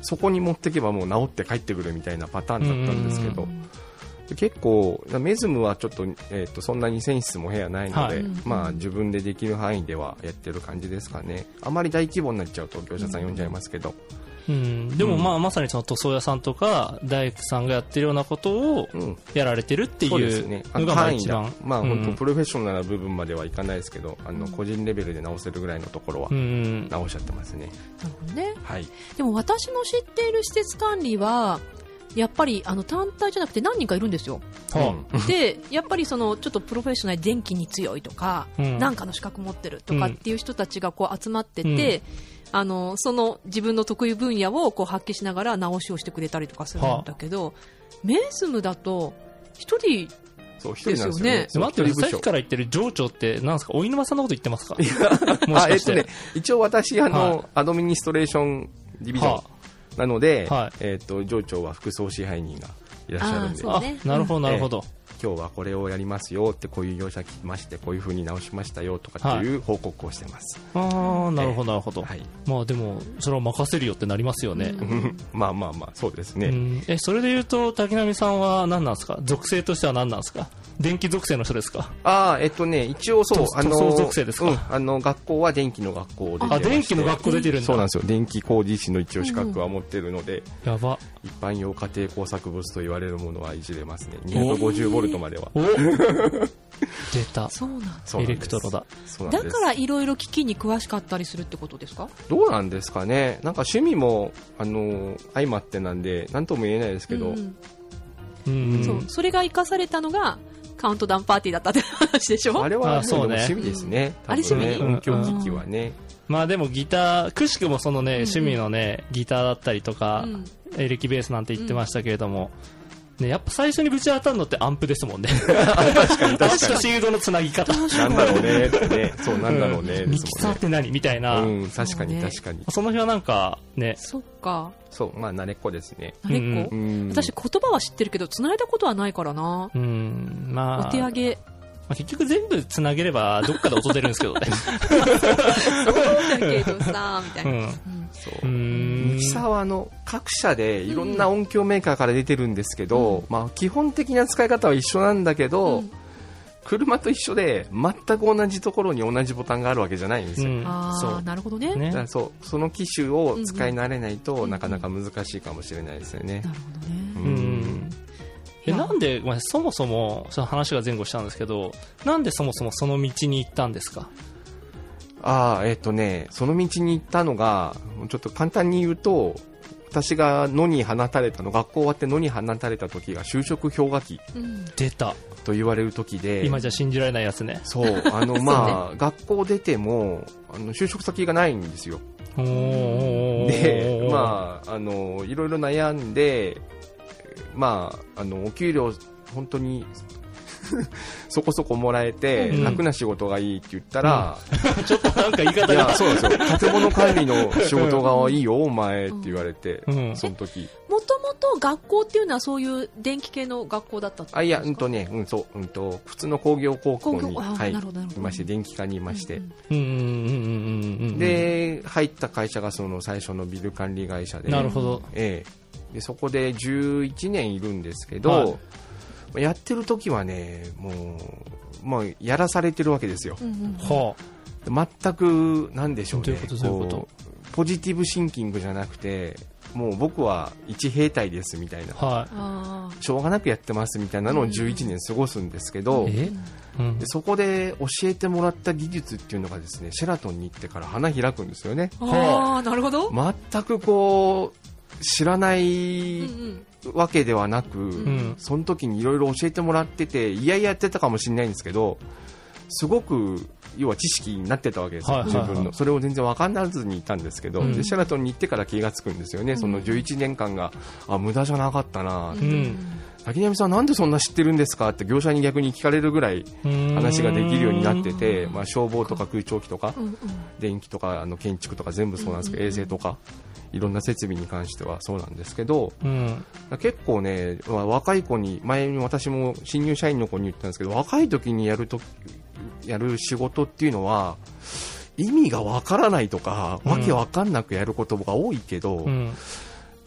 そこに持っていけばもう治って帰ってくるみたいなパターンだったんですけど、結構メズムはちょっと、そんなに船室も部屋ないので、まあ、自分でできる範囲ではやってる感じですかね。あまり大規模になっちゃうと業者さん呼んじゃいますけど、 でもまあまさにその塗装屋さんとか大工さんがやってるようなことをやられてるっていうのがまあ一番、 まあ本当プロフェッショナルな部分まではいかないですけど、個人レベルで直せるぐらいのところは直しちゃってますね。 なるほどね。 はい。 でも私の知っている施設管理はやっぱり単体じゃなくて何人かいるんですよ。でやっぱりそのちょっとプロフェッショナル電気に強いとか、なんかの資格持ってるとかっていう人たちがこう集まってて、その自分の得意分野をこう発揮しながら直しをしてくれたりとかするんだけど、メズムだと一人ですよね。 待って、さっきから言ってる上長ってなんですか？お犬間さんのこと言ってますか？ 一応私アドミニストレーションディビジョンなので、上長は副総支配人がいらっしゃるんで、 なるほどなるほど。 今日はこれをやりますよって、こういう業者来ましてこういう風に直しましたよとかっていう報告をしてます。 なるほどなるほど。まあでもそれを任せるよってなりますよね。 まあまあまあそうですね。 それでいうと滝波さんは何なんですか？属性としては何なんですか？電気属性の人ですか？ 一応そう、 塗装属性ですか？ 学校は電気の学校で、 電気の学校出てるんだ。 そうなんですよ。電気工事士の一応資格は持ってるので、 やば。 一般用家庭工作物と言われるものはいじれますね。250ボルトまでは。 出た。 そうなんだ。 エレクトロだ。 だからいろいろ機器に詳しかったりするってことですか？ どうなんですかね。なんか趣味も相まってなんで何とも言えないですけど、 それが生かされたのがカウントダウンパーティーだったって話でしょ？ あれは趣味ですね。 あれ趣味？ 音響機器はね。 まあでもギター、くしくもそのね、趣味のね、ギターだったりとか、エレキベースなんて言ってましたけれども、ね、やっぱ最初にぶち当たるのってアンプですもんね。 確かにシールドのつなぎ方。 なんだろうねってね。そうなんだろうね。 ミキサーって何みたいな。 確かに確かに。 その日はなんかね。 そっか。 そう、まあ慣れっこですね。 慣れっこ？私言葉は知ってるけど繋いだことはないからな。 まあ。 お手上げ。 結局全部つなげればどっかで音出るんですけどね。 そうだけどさ、みたいな。 ミキサーは各社でいろんな音響メーカーから出てるんですけど、まあ基本的な使い方は一緒なんだけど、車と一緒で全く同じところに同じボタンがあるわけじゃないんですよ。 なるほどね。 その機種を使い慣れないとなかなか難しいかもしれないですよね。 なるほどね。 なんで、そもそもその話が前後したんですけど、なんでそもそもその道に行ったんですか？ その道に行ったのが、ちょっと簡単に言うと、私が野に放たれたの、学校終わって野に放たれた時が就職氷河期出たと言われる時で、 今じゃ信じられないやつね。 そう、まあ学校出ても就職先がないんですよ。で、まあいろいろ悩んで、まあお給料本当にそこそこもらえて、楽な仕事がいいって言ったら、 ちょっとなんか言い方がそうですよ。建物管理の仕事がいいよお前って言われて、その時。 もともと学校っていうのはそういう電気系の学校だったってことですか？ 普通の工業高校にいまして、電気科にいまして、で入った会社がその最初のビル管理会社で、 なるほど。 でそこで11年いるんですけど。やってる時はね、もうやらされてるわけですよ。全くなんでしょうね。ポジティブシンキングじゃなくて、もう僕は一兵隊ですみたいな、しょうがなくやってますみたいなのを11年過ごすんですけど、でそこで教えてもらった技術っていうのがですね、シェラトンに行ってから花開くんですよね。 なるほど。 全く知らないわけではなく、その時にいろいろ教えてもらってて、いやいややってたかもしれないんですけど、すごく要は知識になってたわけですよ、自分の。それを全然分かんなずにいたんですけど、でシェラトンに行ってから気がつくんですよね。その11年間が無駄じゃなかったな、滝波さんなんでそんな知ってるんですかって業者に逆に聞かれるぐらい話ができるようになってて、消防とか空調機とか電気とか建築とか全部そうなんですけど、衛生とかいろんな設備に関してはそうなんですけど、結構ね、若い子に、前に私も新入社員の子に言ったんですけど、若い時にやる仕事っていうのは意味がわからないとか、わけわかんなくやることが多いけど、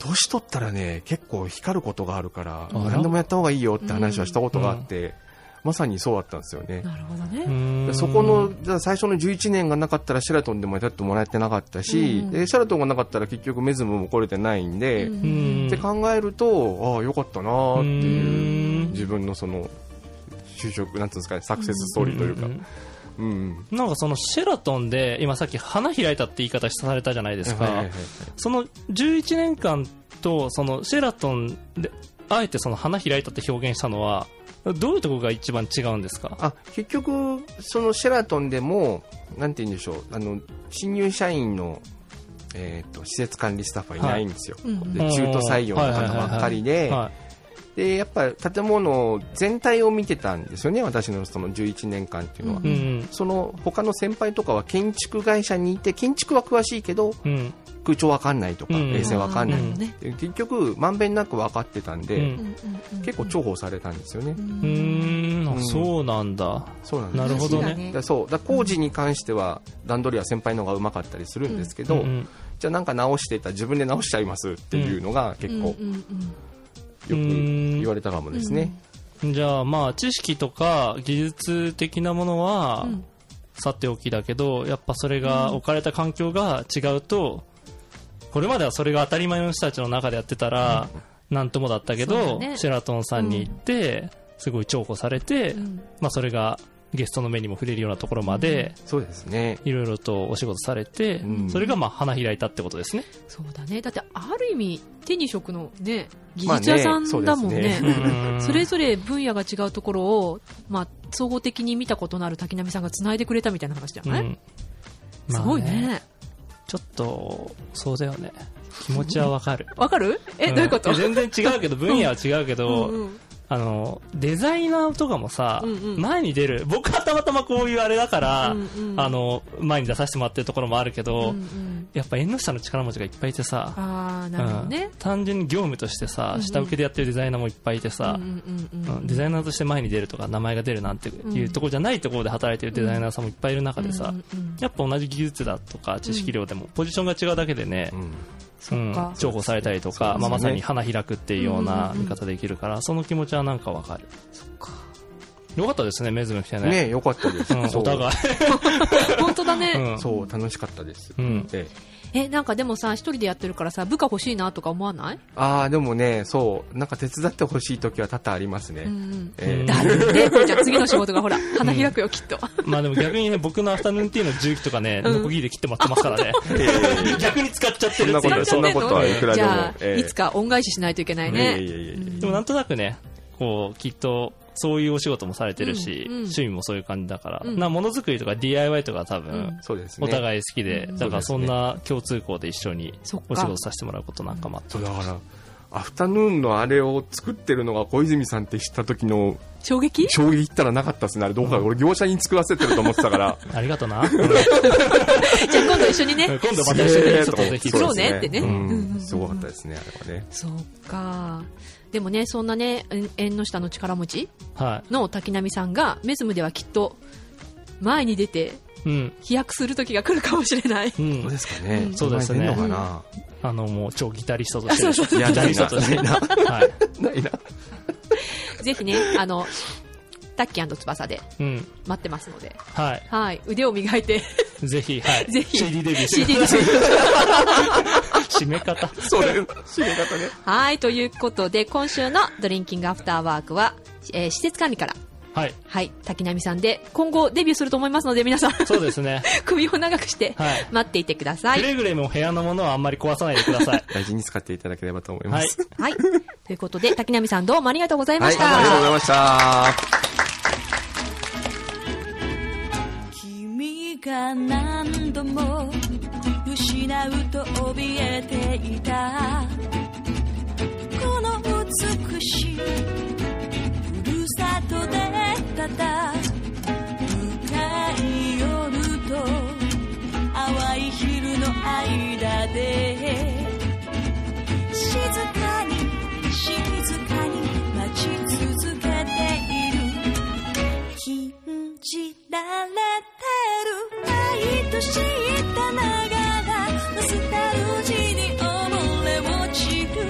年取ったらね結構光ることがあるから何でもやった方がいいよって話はしたことがあって、まさにそうだったんですよね。 なるほどね。 そこの最初の11年がなかったらシェラトンでもやってもらえてなかったし、でシェラトンがなかったら結局メズムも来れてないんで、って考えるとよかったなーっていう自分のその就職なんていうんですかね、サクセスストーリーというか、 なんかそのシェラトンで今さっき花開いたって言い方されたじゃないですか。その11年間とそのシェラトンであえてその花開いたって表現したのはどういうところが一番違うんですか？ 結局そのシェラトンでもなんて言うんでしょう、新入社員の、施設管理スタッフはいないんですよ、で中途採用の方ばっかりで、でやっぱり建物全体を見てたんですよね、私のその11年間っていうのは、その他の先輩とかは建築会社にいて建築は詳しいけど、空調わかんないとか、衛生わかんない、結局まんべんなく分かってたんで、結構重宝されたんですよね。 そうなんだ。 そうなんです。 なるほどね。 工事に関しては段取りは先輩の方がうまかったりするんですけど、じゃあなんか直してたら自分で直しちゃいますっていうのが結構よく言われたかもですね。 じゃあまあ知識とか技術的なものはさておきだけど、やっぱそれが置かれた環境が違うと、これまではそれが当たり前の人たちの中でやってたらなんともだったけど、シェラトンさんに行ってすごい重宝されて、まあそれがゲストの目にも触れるようなところまで、 そうですね、 いろいろとお仕事されて、それがまあ花開いたってことですね。 そうだね。だってある意味手に職のね技術屋さんだもんね。それぞれ分野が違うところを、まあ、総合的に見たことのある滝波さんが繋いでくれたみたいな話じゃない？すごいね。 ちょっとそうだよね。気持ちはわかる。 わかる？どういうこと？ 全然違うけど分野は違うけど。デザイナーとかもさ、前に出る、僕はたまたまこういうあれだから、前に出させてもらってるところもあるけど、やっぱ縁の下の力持ちがいっぱいいてさ、 なるほどね、 単純に業務としてさ、下請けでやってるデザイナーもいっぱいいてさ、デザイナーとして前に出るとか名前が出るなんていうところじゃないところで働いてるデザイナーさんもいっぱいいる中でさ、やっぱ同じ技術だとか知識量でもポジションが違うだけでね、重宝されたりとか、まさに花開くっていうような見方できるから、その気持ちはなんかわかる。 そっか。 よかったですね、メズム来てね。 よかったです。 お互い。 本当だね。 そう、楽しかったです。 なんかでもさ、一人でやってるからさ、部下欲しいなとか思わない？ でもね、そう、なんか手伝ってほしい時は多々ありますね。 だってね、これじゃ次の仕事がほら、花開くよ、きっと。 まあでも逆にね、僕のアフタヌーンティーの重機とかね、ノコギリで切ってもらってますからね。逆に使っちゃってるっていう。 そんなことはいくらでも。 じゃあ、いつか恩返ししないといけないね。 でもなんとなくね、こう、きっと、そういうお仕事もされてるし、趣味もそういう感じだから、ものづくりとか DIY とか多分、お互い好きで、だからそんな共通項で一緒にお仕事させてもらうことなんかもあって。 だから、アフタヌーンのあれを作ってるのが小泉さんって知った時の衝撃ったらなかったですね。あれどうか、俺業者に作らせてると思ってたから。 ありがとな。 じゃあ今度一緒にね。 今度また一緒にちょっとぜひ。 そうねってね。 すごかったですね、あれはね。 そうか。でもね、そんなね、縁の下の力持ちの滝波さんが、メズムではきっと前に出て、飛躍する時が来るかもしれない。 そうですかね。 そうですね。もう超ギタリストとして。 ギタリストとして。ないな。 ぜひね、タッキー&翼で待ってますので、はい、腕を磨いてぜひ、はい、ぜひ CD デビューして締め方それ締め方ね。 はい、ということで今週のドリンキングアフターワークは、施設管理からはい、 はい、滝波さんで今後デビューすると思いますので皆さんそうですね首を長くして待っていてください。 くれぐれも部屋のものはあんまり壊さないでください大事に使っていただければと思います。 はい、はい、ということで滝波さんどうもありがとうございました。 はい、ありがとうございました。 君が何度も失うと怯えていたこの美しい里でただ深い夜と淡い昼の間で静かに待ち続けている禁じられてる愛と知ったながらノスタルジーに溺れ落ちる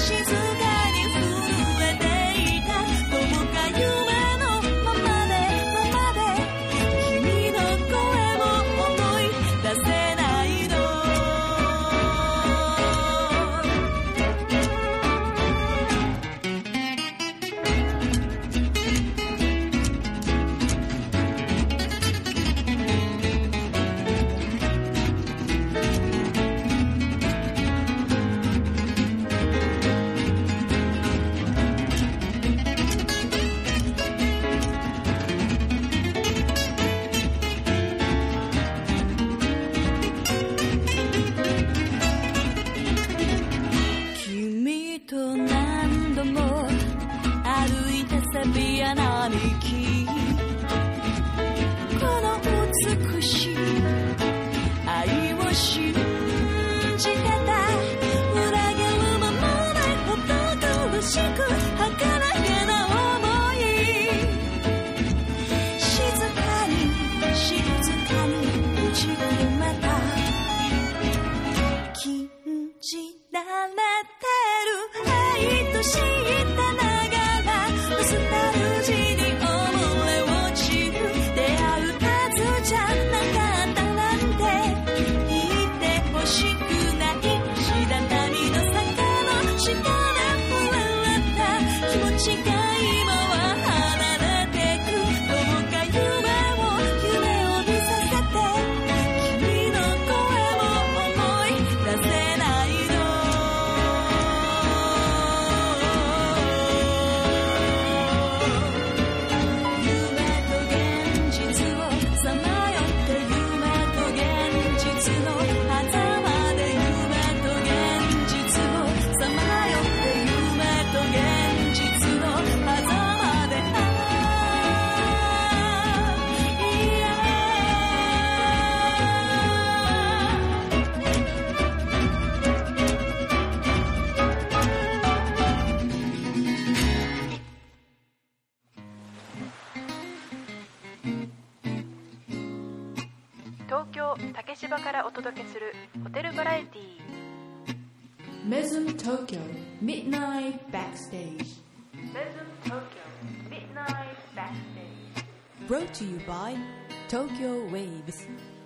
東京竹芝からお届けするホテルバラエティー Mesm Tokyo Midnight Backstage Mesm Tokyo Midnight Backstage Brought to you by Tokyo Waves。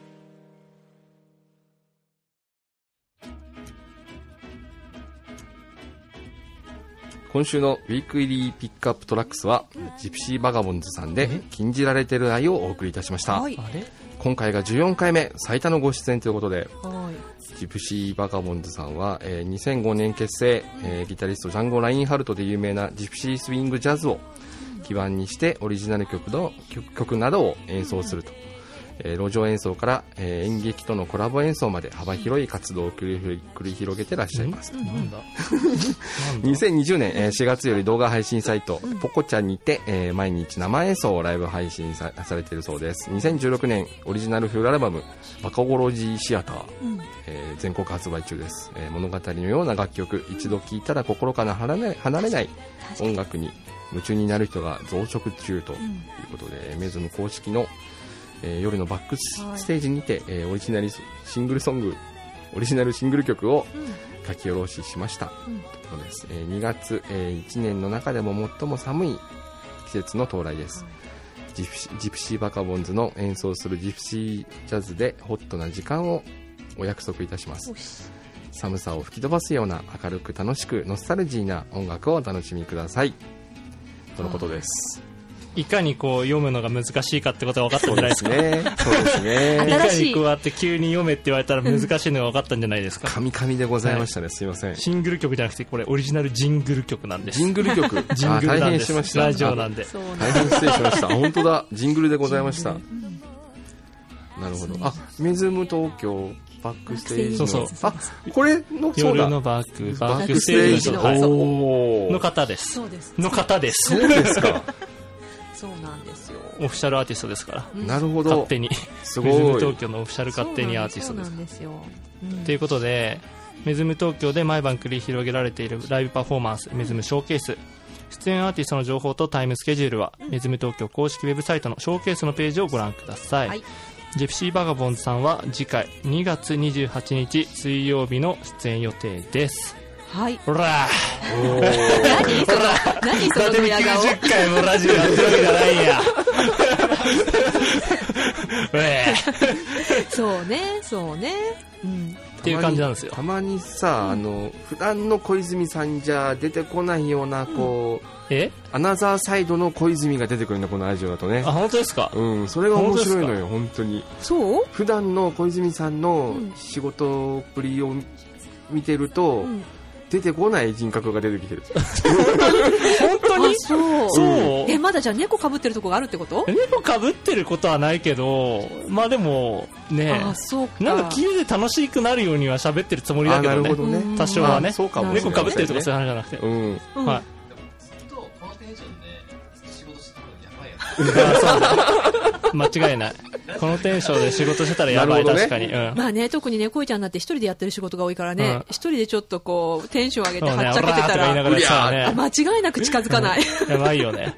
今週のウィークリーピックアップトラックスはジプシーバガボンズさんで禁じられてる愛をお送りいたしました。今回が14回目最多のご出演ということで、ジプシーバガボンズさんは、2005年結成、ギタリストジャンゴ・ラインハルトで有名なジプシースウィングジャズを基盤にしてオリジナル曲などを演奏すると、路上演奏から、演劇とのコラボ演奏まで幅広い活動を繰り広げてらっしゃいます。2020年、4月より動画配信サイト、ポコちゃんにて、毎日生演奏をライブ配信 されているそうです。2016年オリジナルフルアルバムバカゴロジーシアター、全国発売中です。物語のような楽曲、一度聴いたら心から離れない音楽に夢中になる人が増殖中ということで、メズム公式の夜のバックステージにて、オリジナルシングル曲を書き下ろししました、そうです。2月、1年の中でも最も寒い季節の到来です。ジプシーバカボンズの演奏するジプシージャズでホットな時間をお約束いたします。寒さを吹き飛ばすような明るく楽しくノスタルジーな音楽をお楽しみくださいとのことです。 いかにこう読むのが難しいかってことが分かったんじゃないですか。 そうですね。 いかにこうやって急に読めって言われたら難しいのが分かったんじゃないですか。 神々でございましたね、すいません。 シングル曲じゃなくてこれオリジナルジングル曲なんです。 ジングル曲ジングルなんです。 大変しました。 ラジオなんで大変失礼しました。本当だ、ジングルでございました。なるほど。あ、メズム東京バックステージの、 そうあ、これの夜のバックステージの方です。 そうです。 の方です。 そうですか。 そうなんですよ。 オフィシャルアーティストですから。 なるほど。 勝手に。 すごい。 メズム東京のオフィシャル勝手にアーティストです。 そうなんですよ。 ということで、メズム東京で毎晩繰り広げられているライブパフォーマンス、メズムショーケース。出演アーティストの情報とタイムスケジュールは、メズム東京公式ウェブサイトのショーケースのページをご覧ください。はい、ジプシーバガボンズさんは次回2月28日水曜日の出演予定です。 はい。 ほら何そのドヤ顔。 90回もラジオやってるわけじゃないんや。 そうね。うん。 っていう感じなんですよ。 たまにさ、普段の小泉さんじゃ出てこないような、アナザーサイドの小泉が出てくるんだ、このラジオだとね。 あ、本当ですか？ うん、それが面白いのよ、本当に。 そう？ 普段の小泉さんの仕事っぷりを見てると、出てこない人格が出てきてる。 本当に？ そう。まだじゃあ猫被ってるとこがあるってこと？ 猫被ってることはないけど、まあでもね、 そうか。 なんか聞いて楽しくなるようには喋ってるつもりだけどね。 なるほどね。 多少はね。 そうかも。 猫被ってるとかそういう話じゃなくて。はい。間違いない。このテンションで仕事してたらやばい、確かに。 まあね、特にね、こいちゃんだって一人でやってる仕事が多いからね、一人でちょっとこう、テンション上げてはっちゃけてたら、間違いなく近づかない。 やばいよね。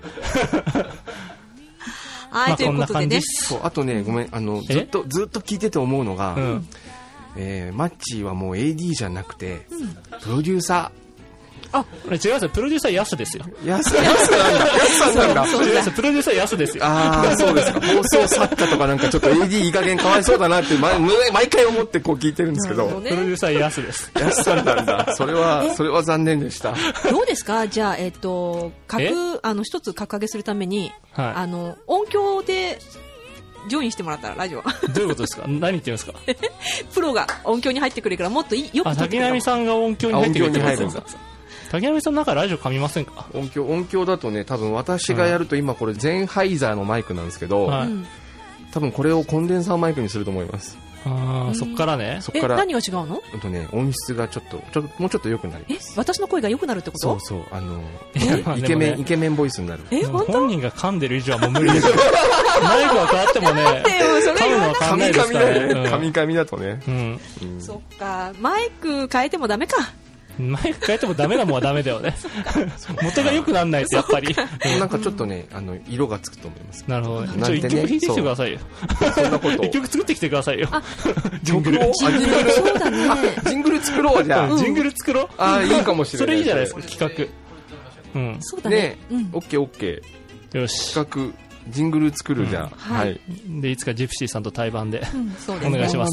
はい、ということでね。 あとね、ごめん、ずっと聞いてて思うのが、マッチーはもう AD じゃなくて、プロデューサー。 あ、違いますよ。プロデューサーヤスですよ。 ヤスなんだ。 違いますよ。プロデューサーヤスですよ。 ああ、そうですか。放送作家とかなんかちょっと AD いい加減かわいそうだなって毎回思ってこう聞いてるんですけど。 プロデューサーヤスです。 ヤスさんなんだ。それは残念でした。 どうですか？じゃあ、一つ格上げするために、音響で、ジョインしてもらったら、ラジオは。 どういうことですか？何言ってるんですか？ プロが音響に入ってくれるから、もっとよく撮ってくれる。 滝波さんが音響に入ってくれるんですか？滝波さんなんかラジオ噛みませんか？ 音響だとね、多分私がやると今これゼンハイザーのマイクなんですけど、多分これをコンデンサーマイクにすると思います。 そっからね。 何が違うの？ 音質がもうちょっと良くなります。 私の声が良くなるってこと？ そう、イケメンボイスになる。 本人が噛んでる以上はもう無理ですよ。マイクが変わってもね、噛むのは変わんないですからね。 カミカミだとね。 そっか、マイク変えてもダメか。 マイク変えてもダメなもんはダメだよね。元が良くならないとやっぱり。 なんかちょっとね、色がつくと思います。 なるほどね。一曲弾いてきてくださいよ。 そんなこと。 一曲作ってきてくださいよ。 ジングル。 そうだね。 ジングル作ろうじゃあ。 ジングル作ろう。 いいかもしれない。 それいいじゃないですか、企画。そうだね。 オッケー。 よし。 企画。ジングル作るじゃん。はい。 で、いつかジプシーさんと対バンでお願いします。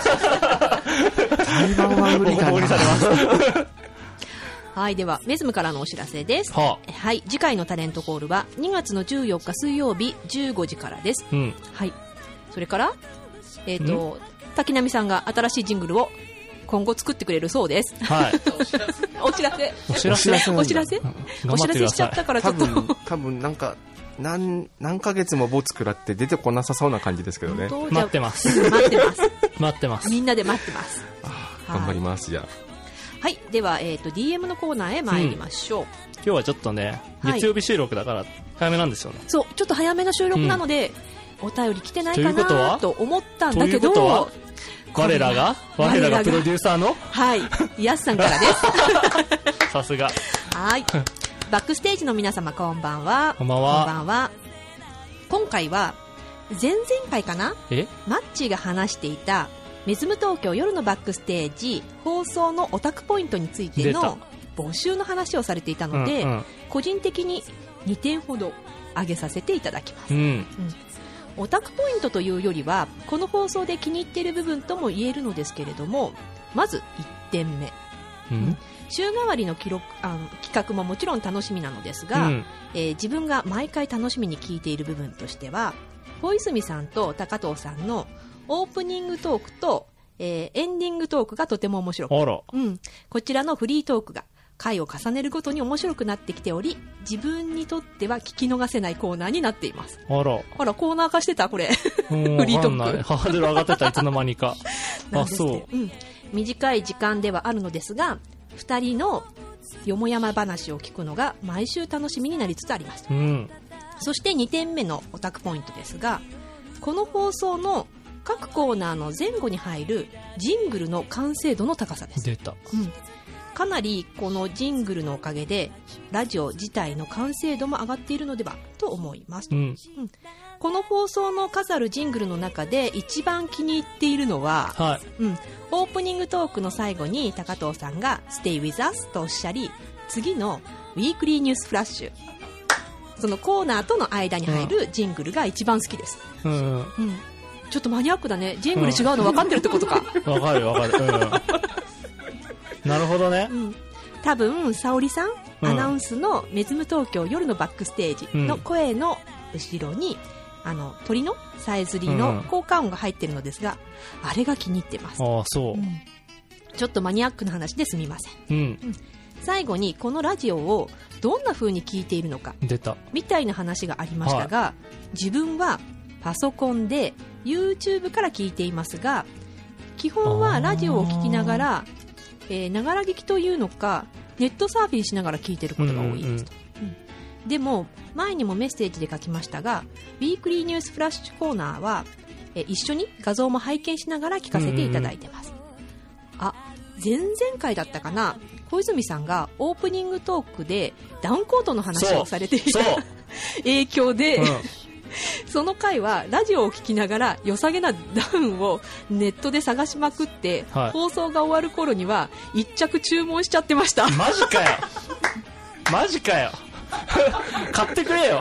対バンは無理だな。 はい、ではメズムからのお知らせです。はい、次回のタレントコールは2月の14日水曜日15時からです。はい。それから滝波さんが新しいジングルを今後作ってくれるそうです。はい。お知らせしちゃったからちょっと多分なんか何ヶ月もボツ食らって出てこなさそうな感じですけどね。 待ってます。 みんなで待ってます。 頑張りますじゃあ。 はい、ではDM のコーナーへ参りましょう。 今日はちょっとね、月曜日収録だから早めなんですよね。 そう、ちょっと早めの収録なので、お便り来てないかなと思ったんだけど、 我らがプロデューサーのヤスさんからです。 さすが。 はい。バックステージの皆様こんばんは。 こんばんは。 今回は前々回かな、マッチーが話していたメズム東京夜のバックステージ放送のオタクポイントについての募集の話をされていたので、個人的に2点ほど挙げさせていただきます。オタクポイントというよりはこの放送で気に入っている部分とも言えるのですけれども、まず1点目、週替わりの企画ももちろん楽しみなのですが、自分が毎回楽しみに聞いている部分としては小泉さんと高藤さんのオープニングトークと、エンディングトークがとても面白く、こちらのフリートークが回を重ねるごとに面白くなってきており、自分にとっては聞き逃せないコーナーになっています。あらコーナー化してたこれフリートークハードル上がってたいつの間にかそう、短い時間ではあるのですが2人のよもやま話を聞くのが毎週楽しみになりつつあります。そして2点目のオタクポイントですが、この放送の各コーナーの前後に入るジングルの完成度の高さです。 出た。 かなりこのジングルのおかげでラジオ自体の完成度も上がっているのではと思います、この放送の数あるジングルの中で一番気に入っているのは、オープニングトークの最後に高藤さんが Stay with us とおっしゃり、次のウィークリーニュースフラッシュ、そのコーナーとの間に入るジングルが一番好きです、ちょっとマニアックだね。ジングル違うの分かってるってことか。 わかるわかる、なるほどね、 多分沙織さん、アナウンスのメズム東京夜のバックステージの声の後ろに、鳥のさえずりの効果音が入ってるのですが、あれが気に入ってます。 ああ、そう、 ちょっとマニアックな話ですみません、最後にこのラジオをどんな風に聞いているのか出たみたいな話がありましたが、自分はパソコンで YouTube から聞いていますが、基本はラジオを聞きながらながら聞きというのかネットサーフィンしながら聞いていることが多いですと、でも前にもメッセージで書きましたが、ウィークリーニュースフラッシュコーナーは一緒に画像も拝見しながら聞かせていただいてます、前々回だったかな、小泉さんがオープニングトークでダウンコートの話をされていた影響で、その回はラジオを聞きながら良さげなダウンをネットで探しまくって、放送が終わる頃には1着注文しちゃってました。 マジかよマジかよ買ってくれよ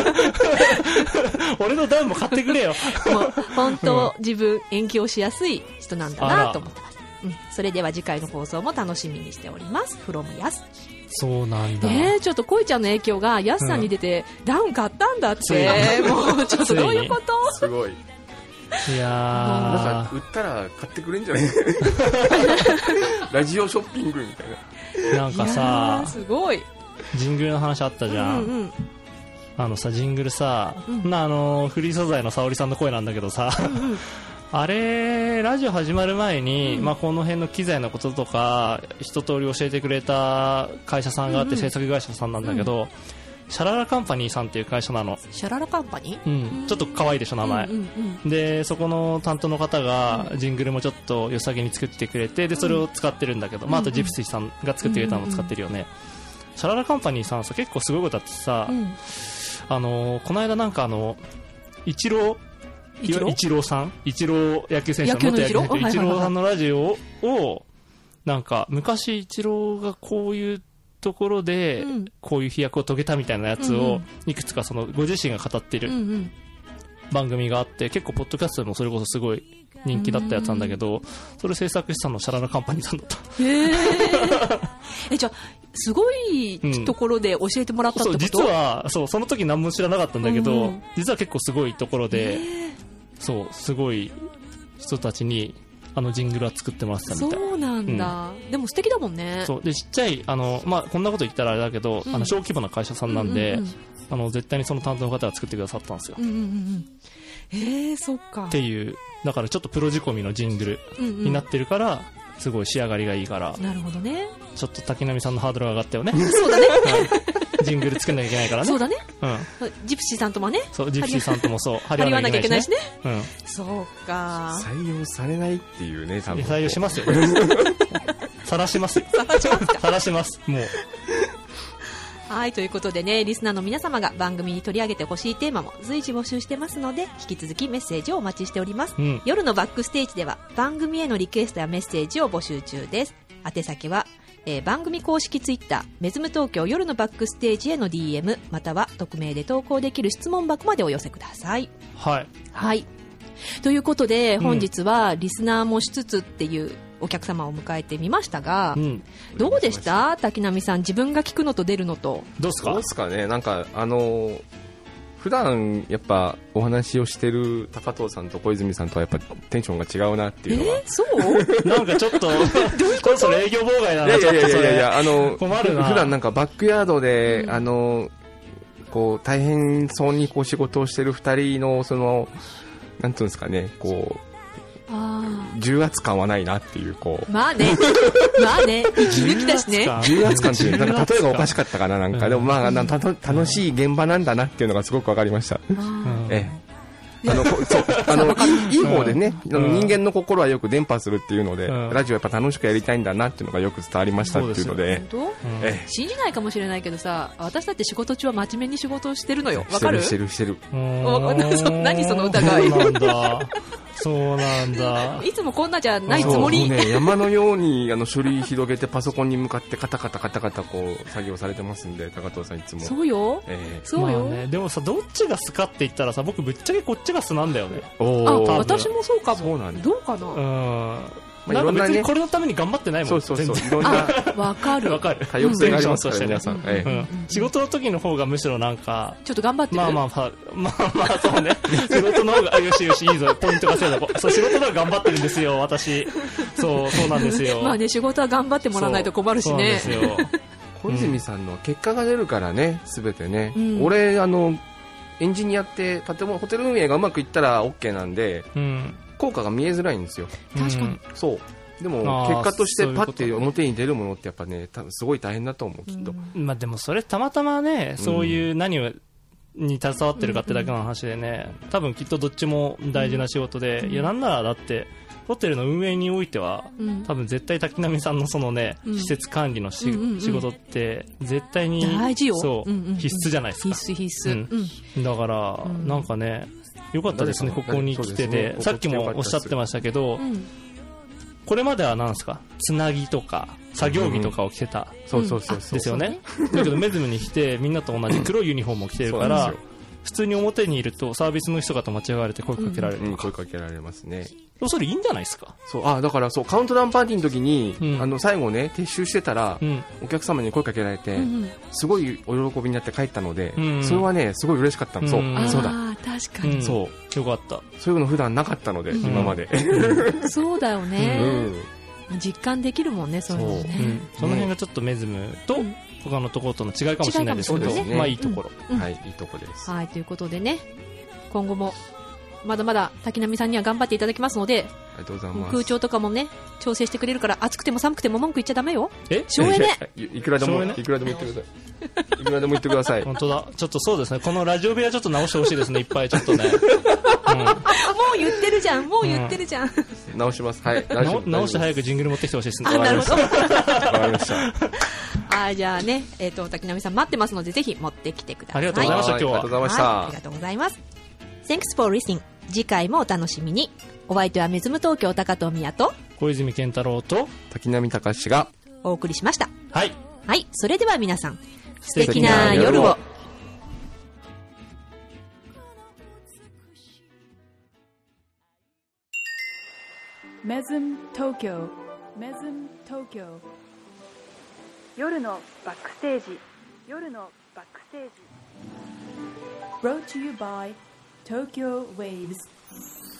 俺のダウンも買ってくれよもう本当、自分延期をしやすい人なんだなと思ってます、それでは次回の放送も楽しみにしております。from やす。 そうなんだ、 ちょっと恋ちゃんの影響がやすさんに出て、ダウン買ったんだって、もうちょっとどういうこと？ すごい。 いやー、 なんか売ったら買ってくれんじゃないラジオショッピングみたいな。 なんかさ、 すごいジングルの話あったじゃん、ジングルさ、フリー素材の沙織さんの声なんだけどさ、あれラジオ始まる前に、この辺の機材のこととか一通り教えてくれた会社さんがあって、制作会社さんなんだけど、シャララカンパニーさんっていう会社なの。 シャララカンパニー、 ちょっと可愛いでしょ名前、でそこの担当の方がジングルもちょっと良さげに作ってくれて、でそれを使ってるんだけど、あとジプシーさんが作ってくれたのを使ってるよね、シャララカンパニーさんさ結構すごいことあってさ、この間なんかイチローさん、イチロー野球選手の元野球選手イチローさんのラジオをなんか昔イチローがこういうところでこういう飛躍を遂げたみたいなやつをいくつかそのご自身が語ってる番組があって、結構ポッドキャストでもそれこそすごい人気だったやつなんだけど、それ制作したのシャララカンパニーさんだった。 じゃあすごいところで教えてもらったってこと？ 実はその時何も知らなかったんだけど、実は結構すごいところで、すごい人たちにジングルは作ってもらってたみたい。 そうなんだ、でも素敵だもんね。 そうで、ちっちゃいこんなこと言ったらあれだけど、小規模な会社さんなんで、絶対にその担当の方が作ってくださったんですよ。 そっか。 っていう、だからちょっとプロ仕込みのジングルになってるから、すごい仕上がりがいいから。 なるほどね。 ちょっと滝波さんのハードルが上がったよね。 そうだね。 ジングル作んなきゃいけないからね。 そうだね。ジプシーさんともね。 ジプシーさんとも張り合わなきゃいけないしね。 そうか。 採用されないっていうね、多分。 採用しますよ。晒しますよ。晒します。もう。 はい、ということでね、リスナーの皆様が番組に取り上げてほしいテーマも随時募集してますので、引き続きメッセージをお待ちしております。夜のバックステージでは番組へのリクエストやメッセージを募集中です。宛先は、番組公式ツイッターメズム東京夜のバックステージへの DM または匿名で投稿できる質問箱までお寄せください。はい、ということで本日はリスナーもしつつっていうお客様を迎えてみましたが、どうでした滝波さん、自分が聞くのと出るのと。 どうですかね。なんか普段やっぱお話をしてる高藤さんと小泉さんとはやっぱテンションが違うなっていうのは。 そうなんかちょっとこれそれ営業妨害だな。ちょっとそれ困るな。 普段なんかバックヤードで、こう大変そうにこう仕事をしてる二人のそのなんていうんですかね、こう重圧感はないなっていう、こうまあね息抜きだしね。 重圧感っていうなんか例えがおかしかったかな、なんかでもまあ楽しい現場なんだなっていうのがすごくわかりました。 いい方でね、人間の心はよく伝播するっていうので、ラジオやっぱ楽しくやりたいんだなっていうのがよく伝わりましたっていうので。 本当？信じないかもしれないけどさ、私だって仕事中は真面目に仕事をしてるのよ。わかる？ してる。 何その疑い。 そうなんだ。 いつもこんなじゃないつもり。 山のように書類広げてパソコンに向かってカタカタこう作業されてますんで、高藤さんいつも。 そうよ。そうよ。 でもさ、どっちが素かって言ったらさ、僕ぶっちゃけこっちが素なんだよね。 私もそうかも。 そうなんだ。 どうかな。 なんか別にこれのために頑張ってないもん。 そう。いろんな。 わかる。 多様性がありますから、皆さん。 仕事の時の方がむしろなんか。 ちょっと頑張ってる。 まあ、そうね。仕事の方が、よし、いいぞ、ポイント稼いだ。そう、仕事の方が頑張ってるんですよ、私。そうなんですよ。 まあね、仕事は頑張ってもらわないと困るしね。 そうなんですよ。 小泉さんの結果が出るからね、すべてね。俺、エンジニアって建物ホテル運営がうまくいったら OK なんで、効果が見えづらいんですよ。 確かに。 そうでも結果としてパッて表に出るものってやっぱね、すごい大変だと思う、きっと。 まあでもそれたまたまね、そういう何に携わってるかってだけの話でね、多分きっとどっちも大事な仕事で、いやなんならだってホテルの運営においては、多分絶対滝波さんのそのね、施設管理の仕事って絶対に大事よ。 そう必須じゃないですか。 必須。 だからなんかね、よかったですね、ここに来てて。さっきもおっしゃってましたけど、これまでは何ですか、つなぎとか作業着とかを着てたですよね。だけどメズムに来てみんなと同じ黒いユニフォームを着てるから、普通に表にいるとサービスの人かと間違われて声かけられるとか。 声かけられますね。 それいいんじゃないですか。 だからそう、カウントダウンパーティーの時に、最後ね、撤収してたら、お客様に声かけられて、すごいお喜びになって帰ったので、それはね、すごい嬉しかったの。そうだ。 確かに。 そう、よかった。 そういうの普段なかったので、今まで。 そうだよね。実感できるもんね、そういうのね。 その辺がちょっとメズムと他のところとの違いかもしれないですけど、まあいいところ。 はい、いいところです。 はい、ということでね、今後もまだまだ滝波さんには頑張っていただきますので、 ありがとうございます。 空調とかもね調整してくれるから、暑くても寒くても文句言っちゃダメよ。省エネいくらでも言ってください。いくらでも言ってください。 本当だ。ちょっとそうですね、このラジオ部屋ちょっと直してほしいですね、いっぱいちょっとね。もう言ってるじゃん、 直します。はい。 直して早くジングル持ってきてほしいですね。 なるほど。 わかりました。 じゃあね、滝波さん待ってますので、ぜひ持ってきてください。 ありがとうございました。今日はありがとうございました。 ありがとうございます。Thanks for listening。次回もお楽しみに。お相手はメズム東京高藤宮と小泉健太郎と滝波隆がお送りしました。 はい。 はい、それでは皆さん、素敵な夜を。 メズム東京夜のバックステージ Brought to you by Tokyo Waves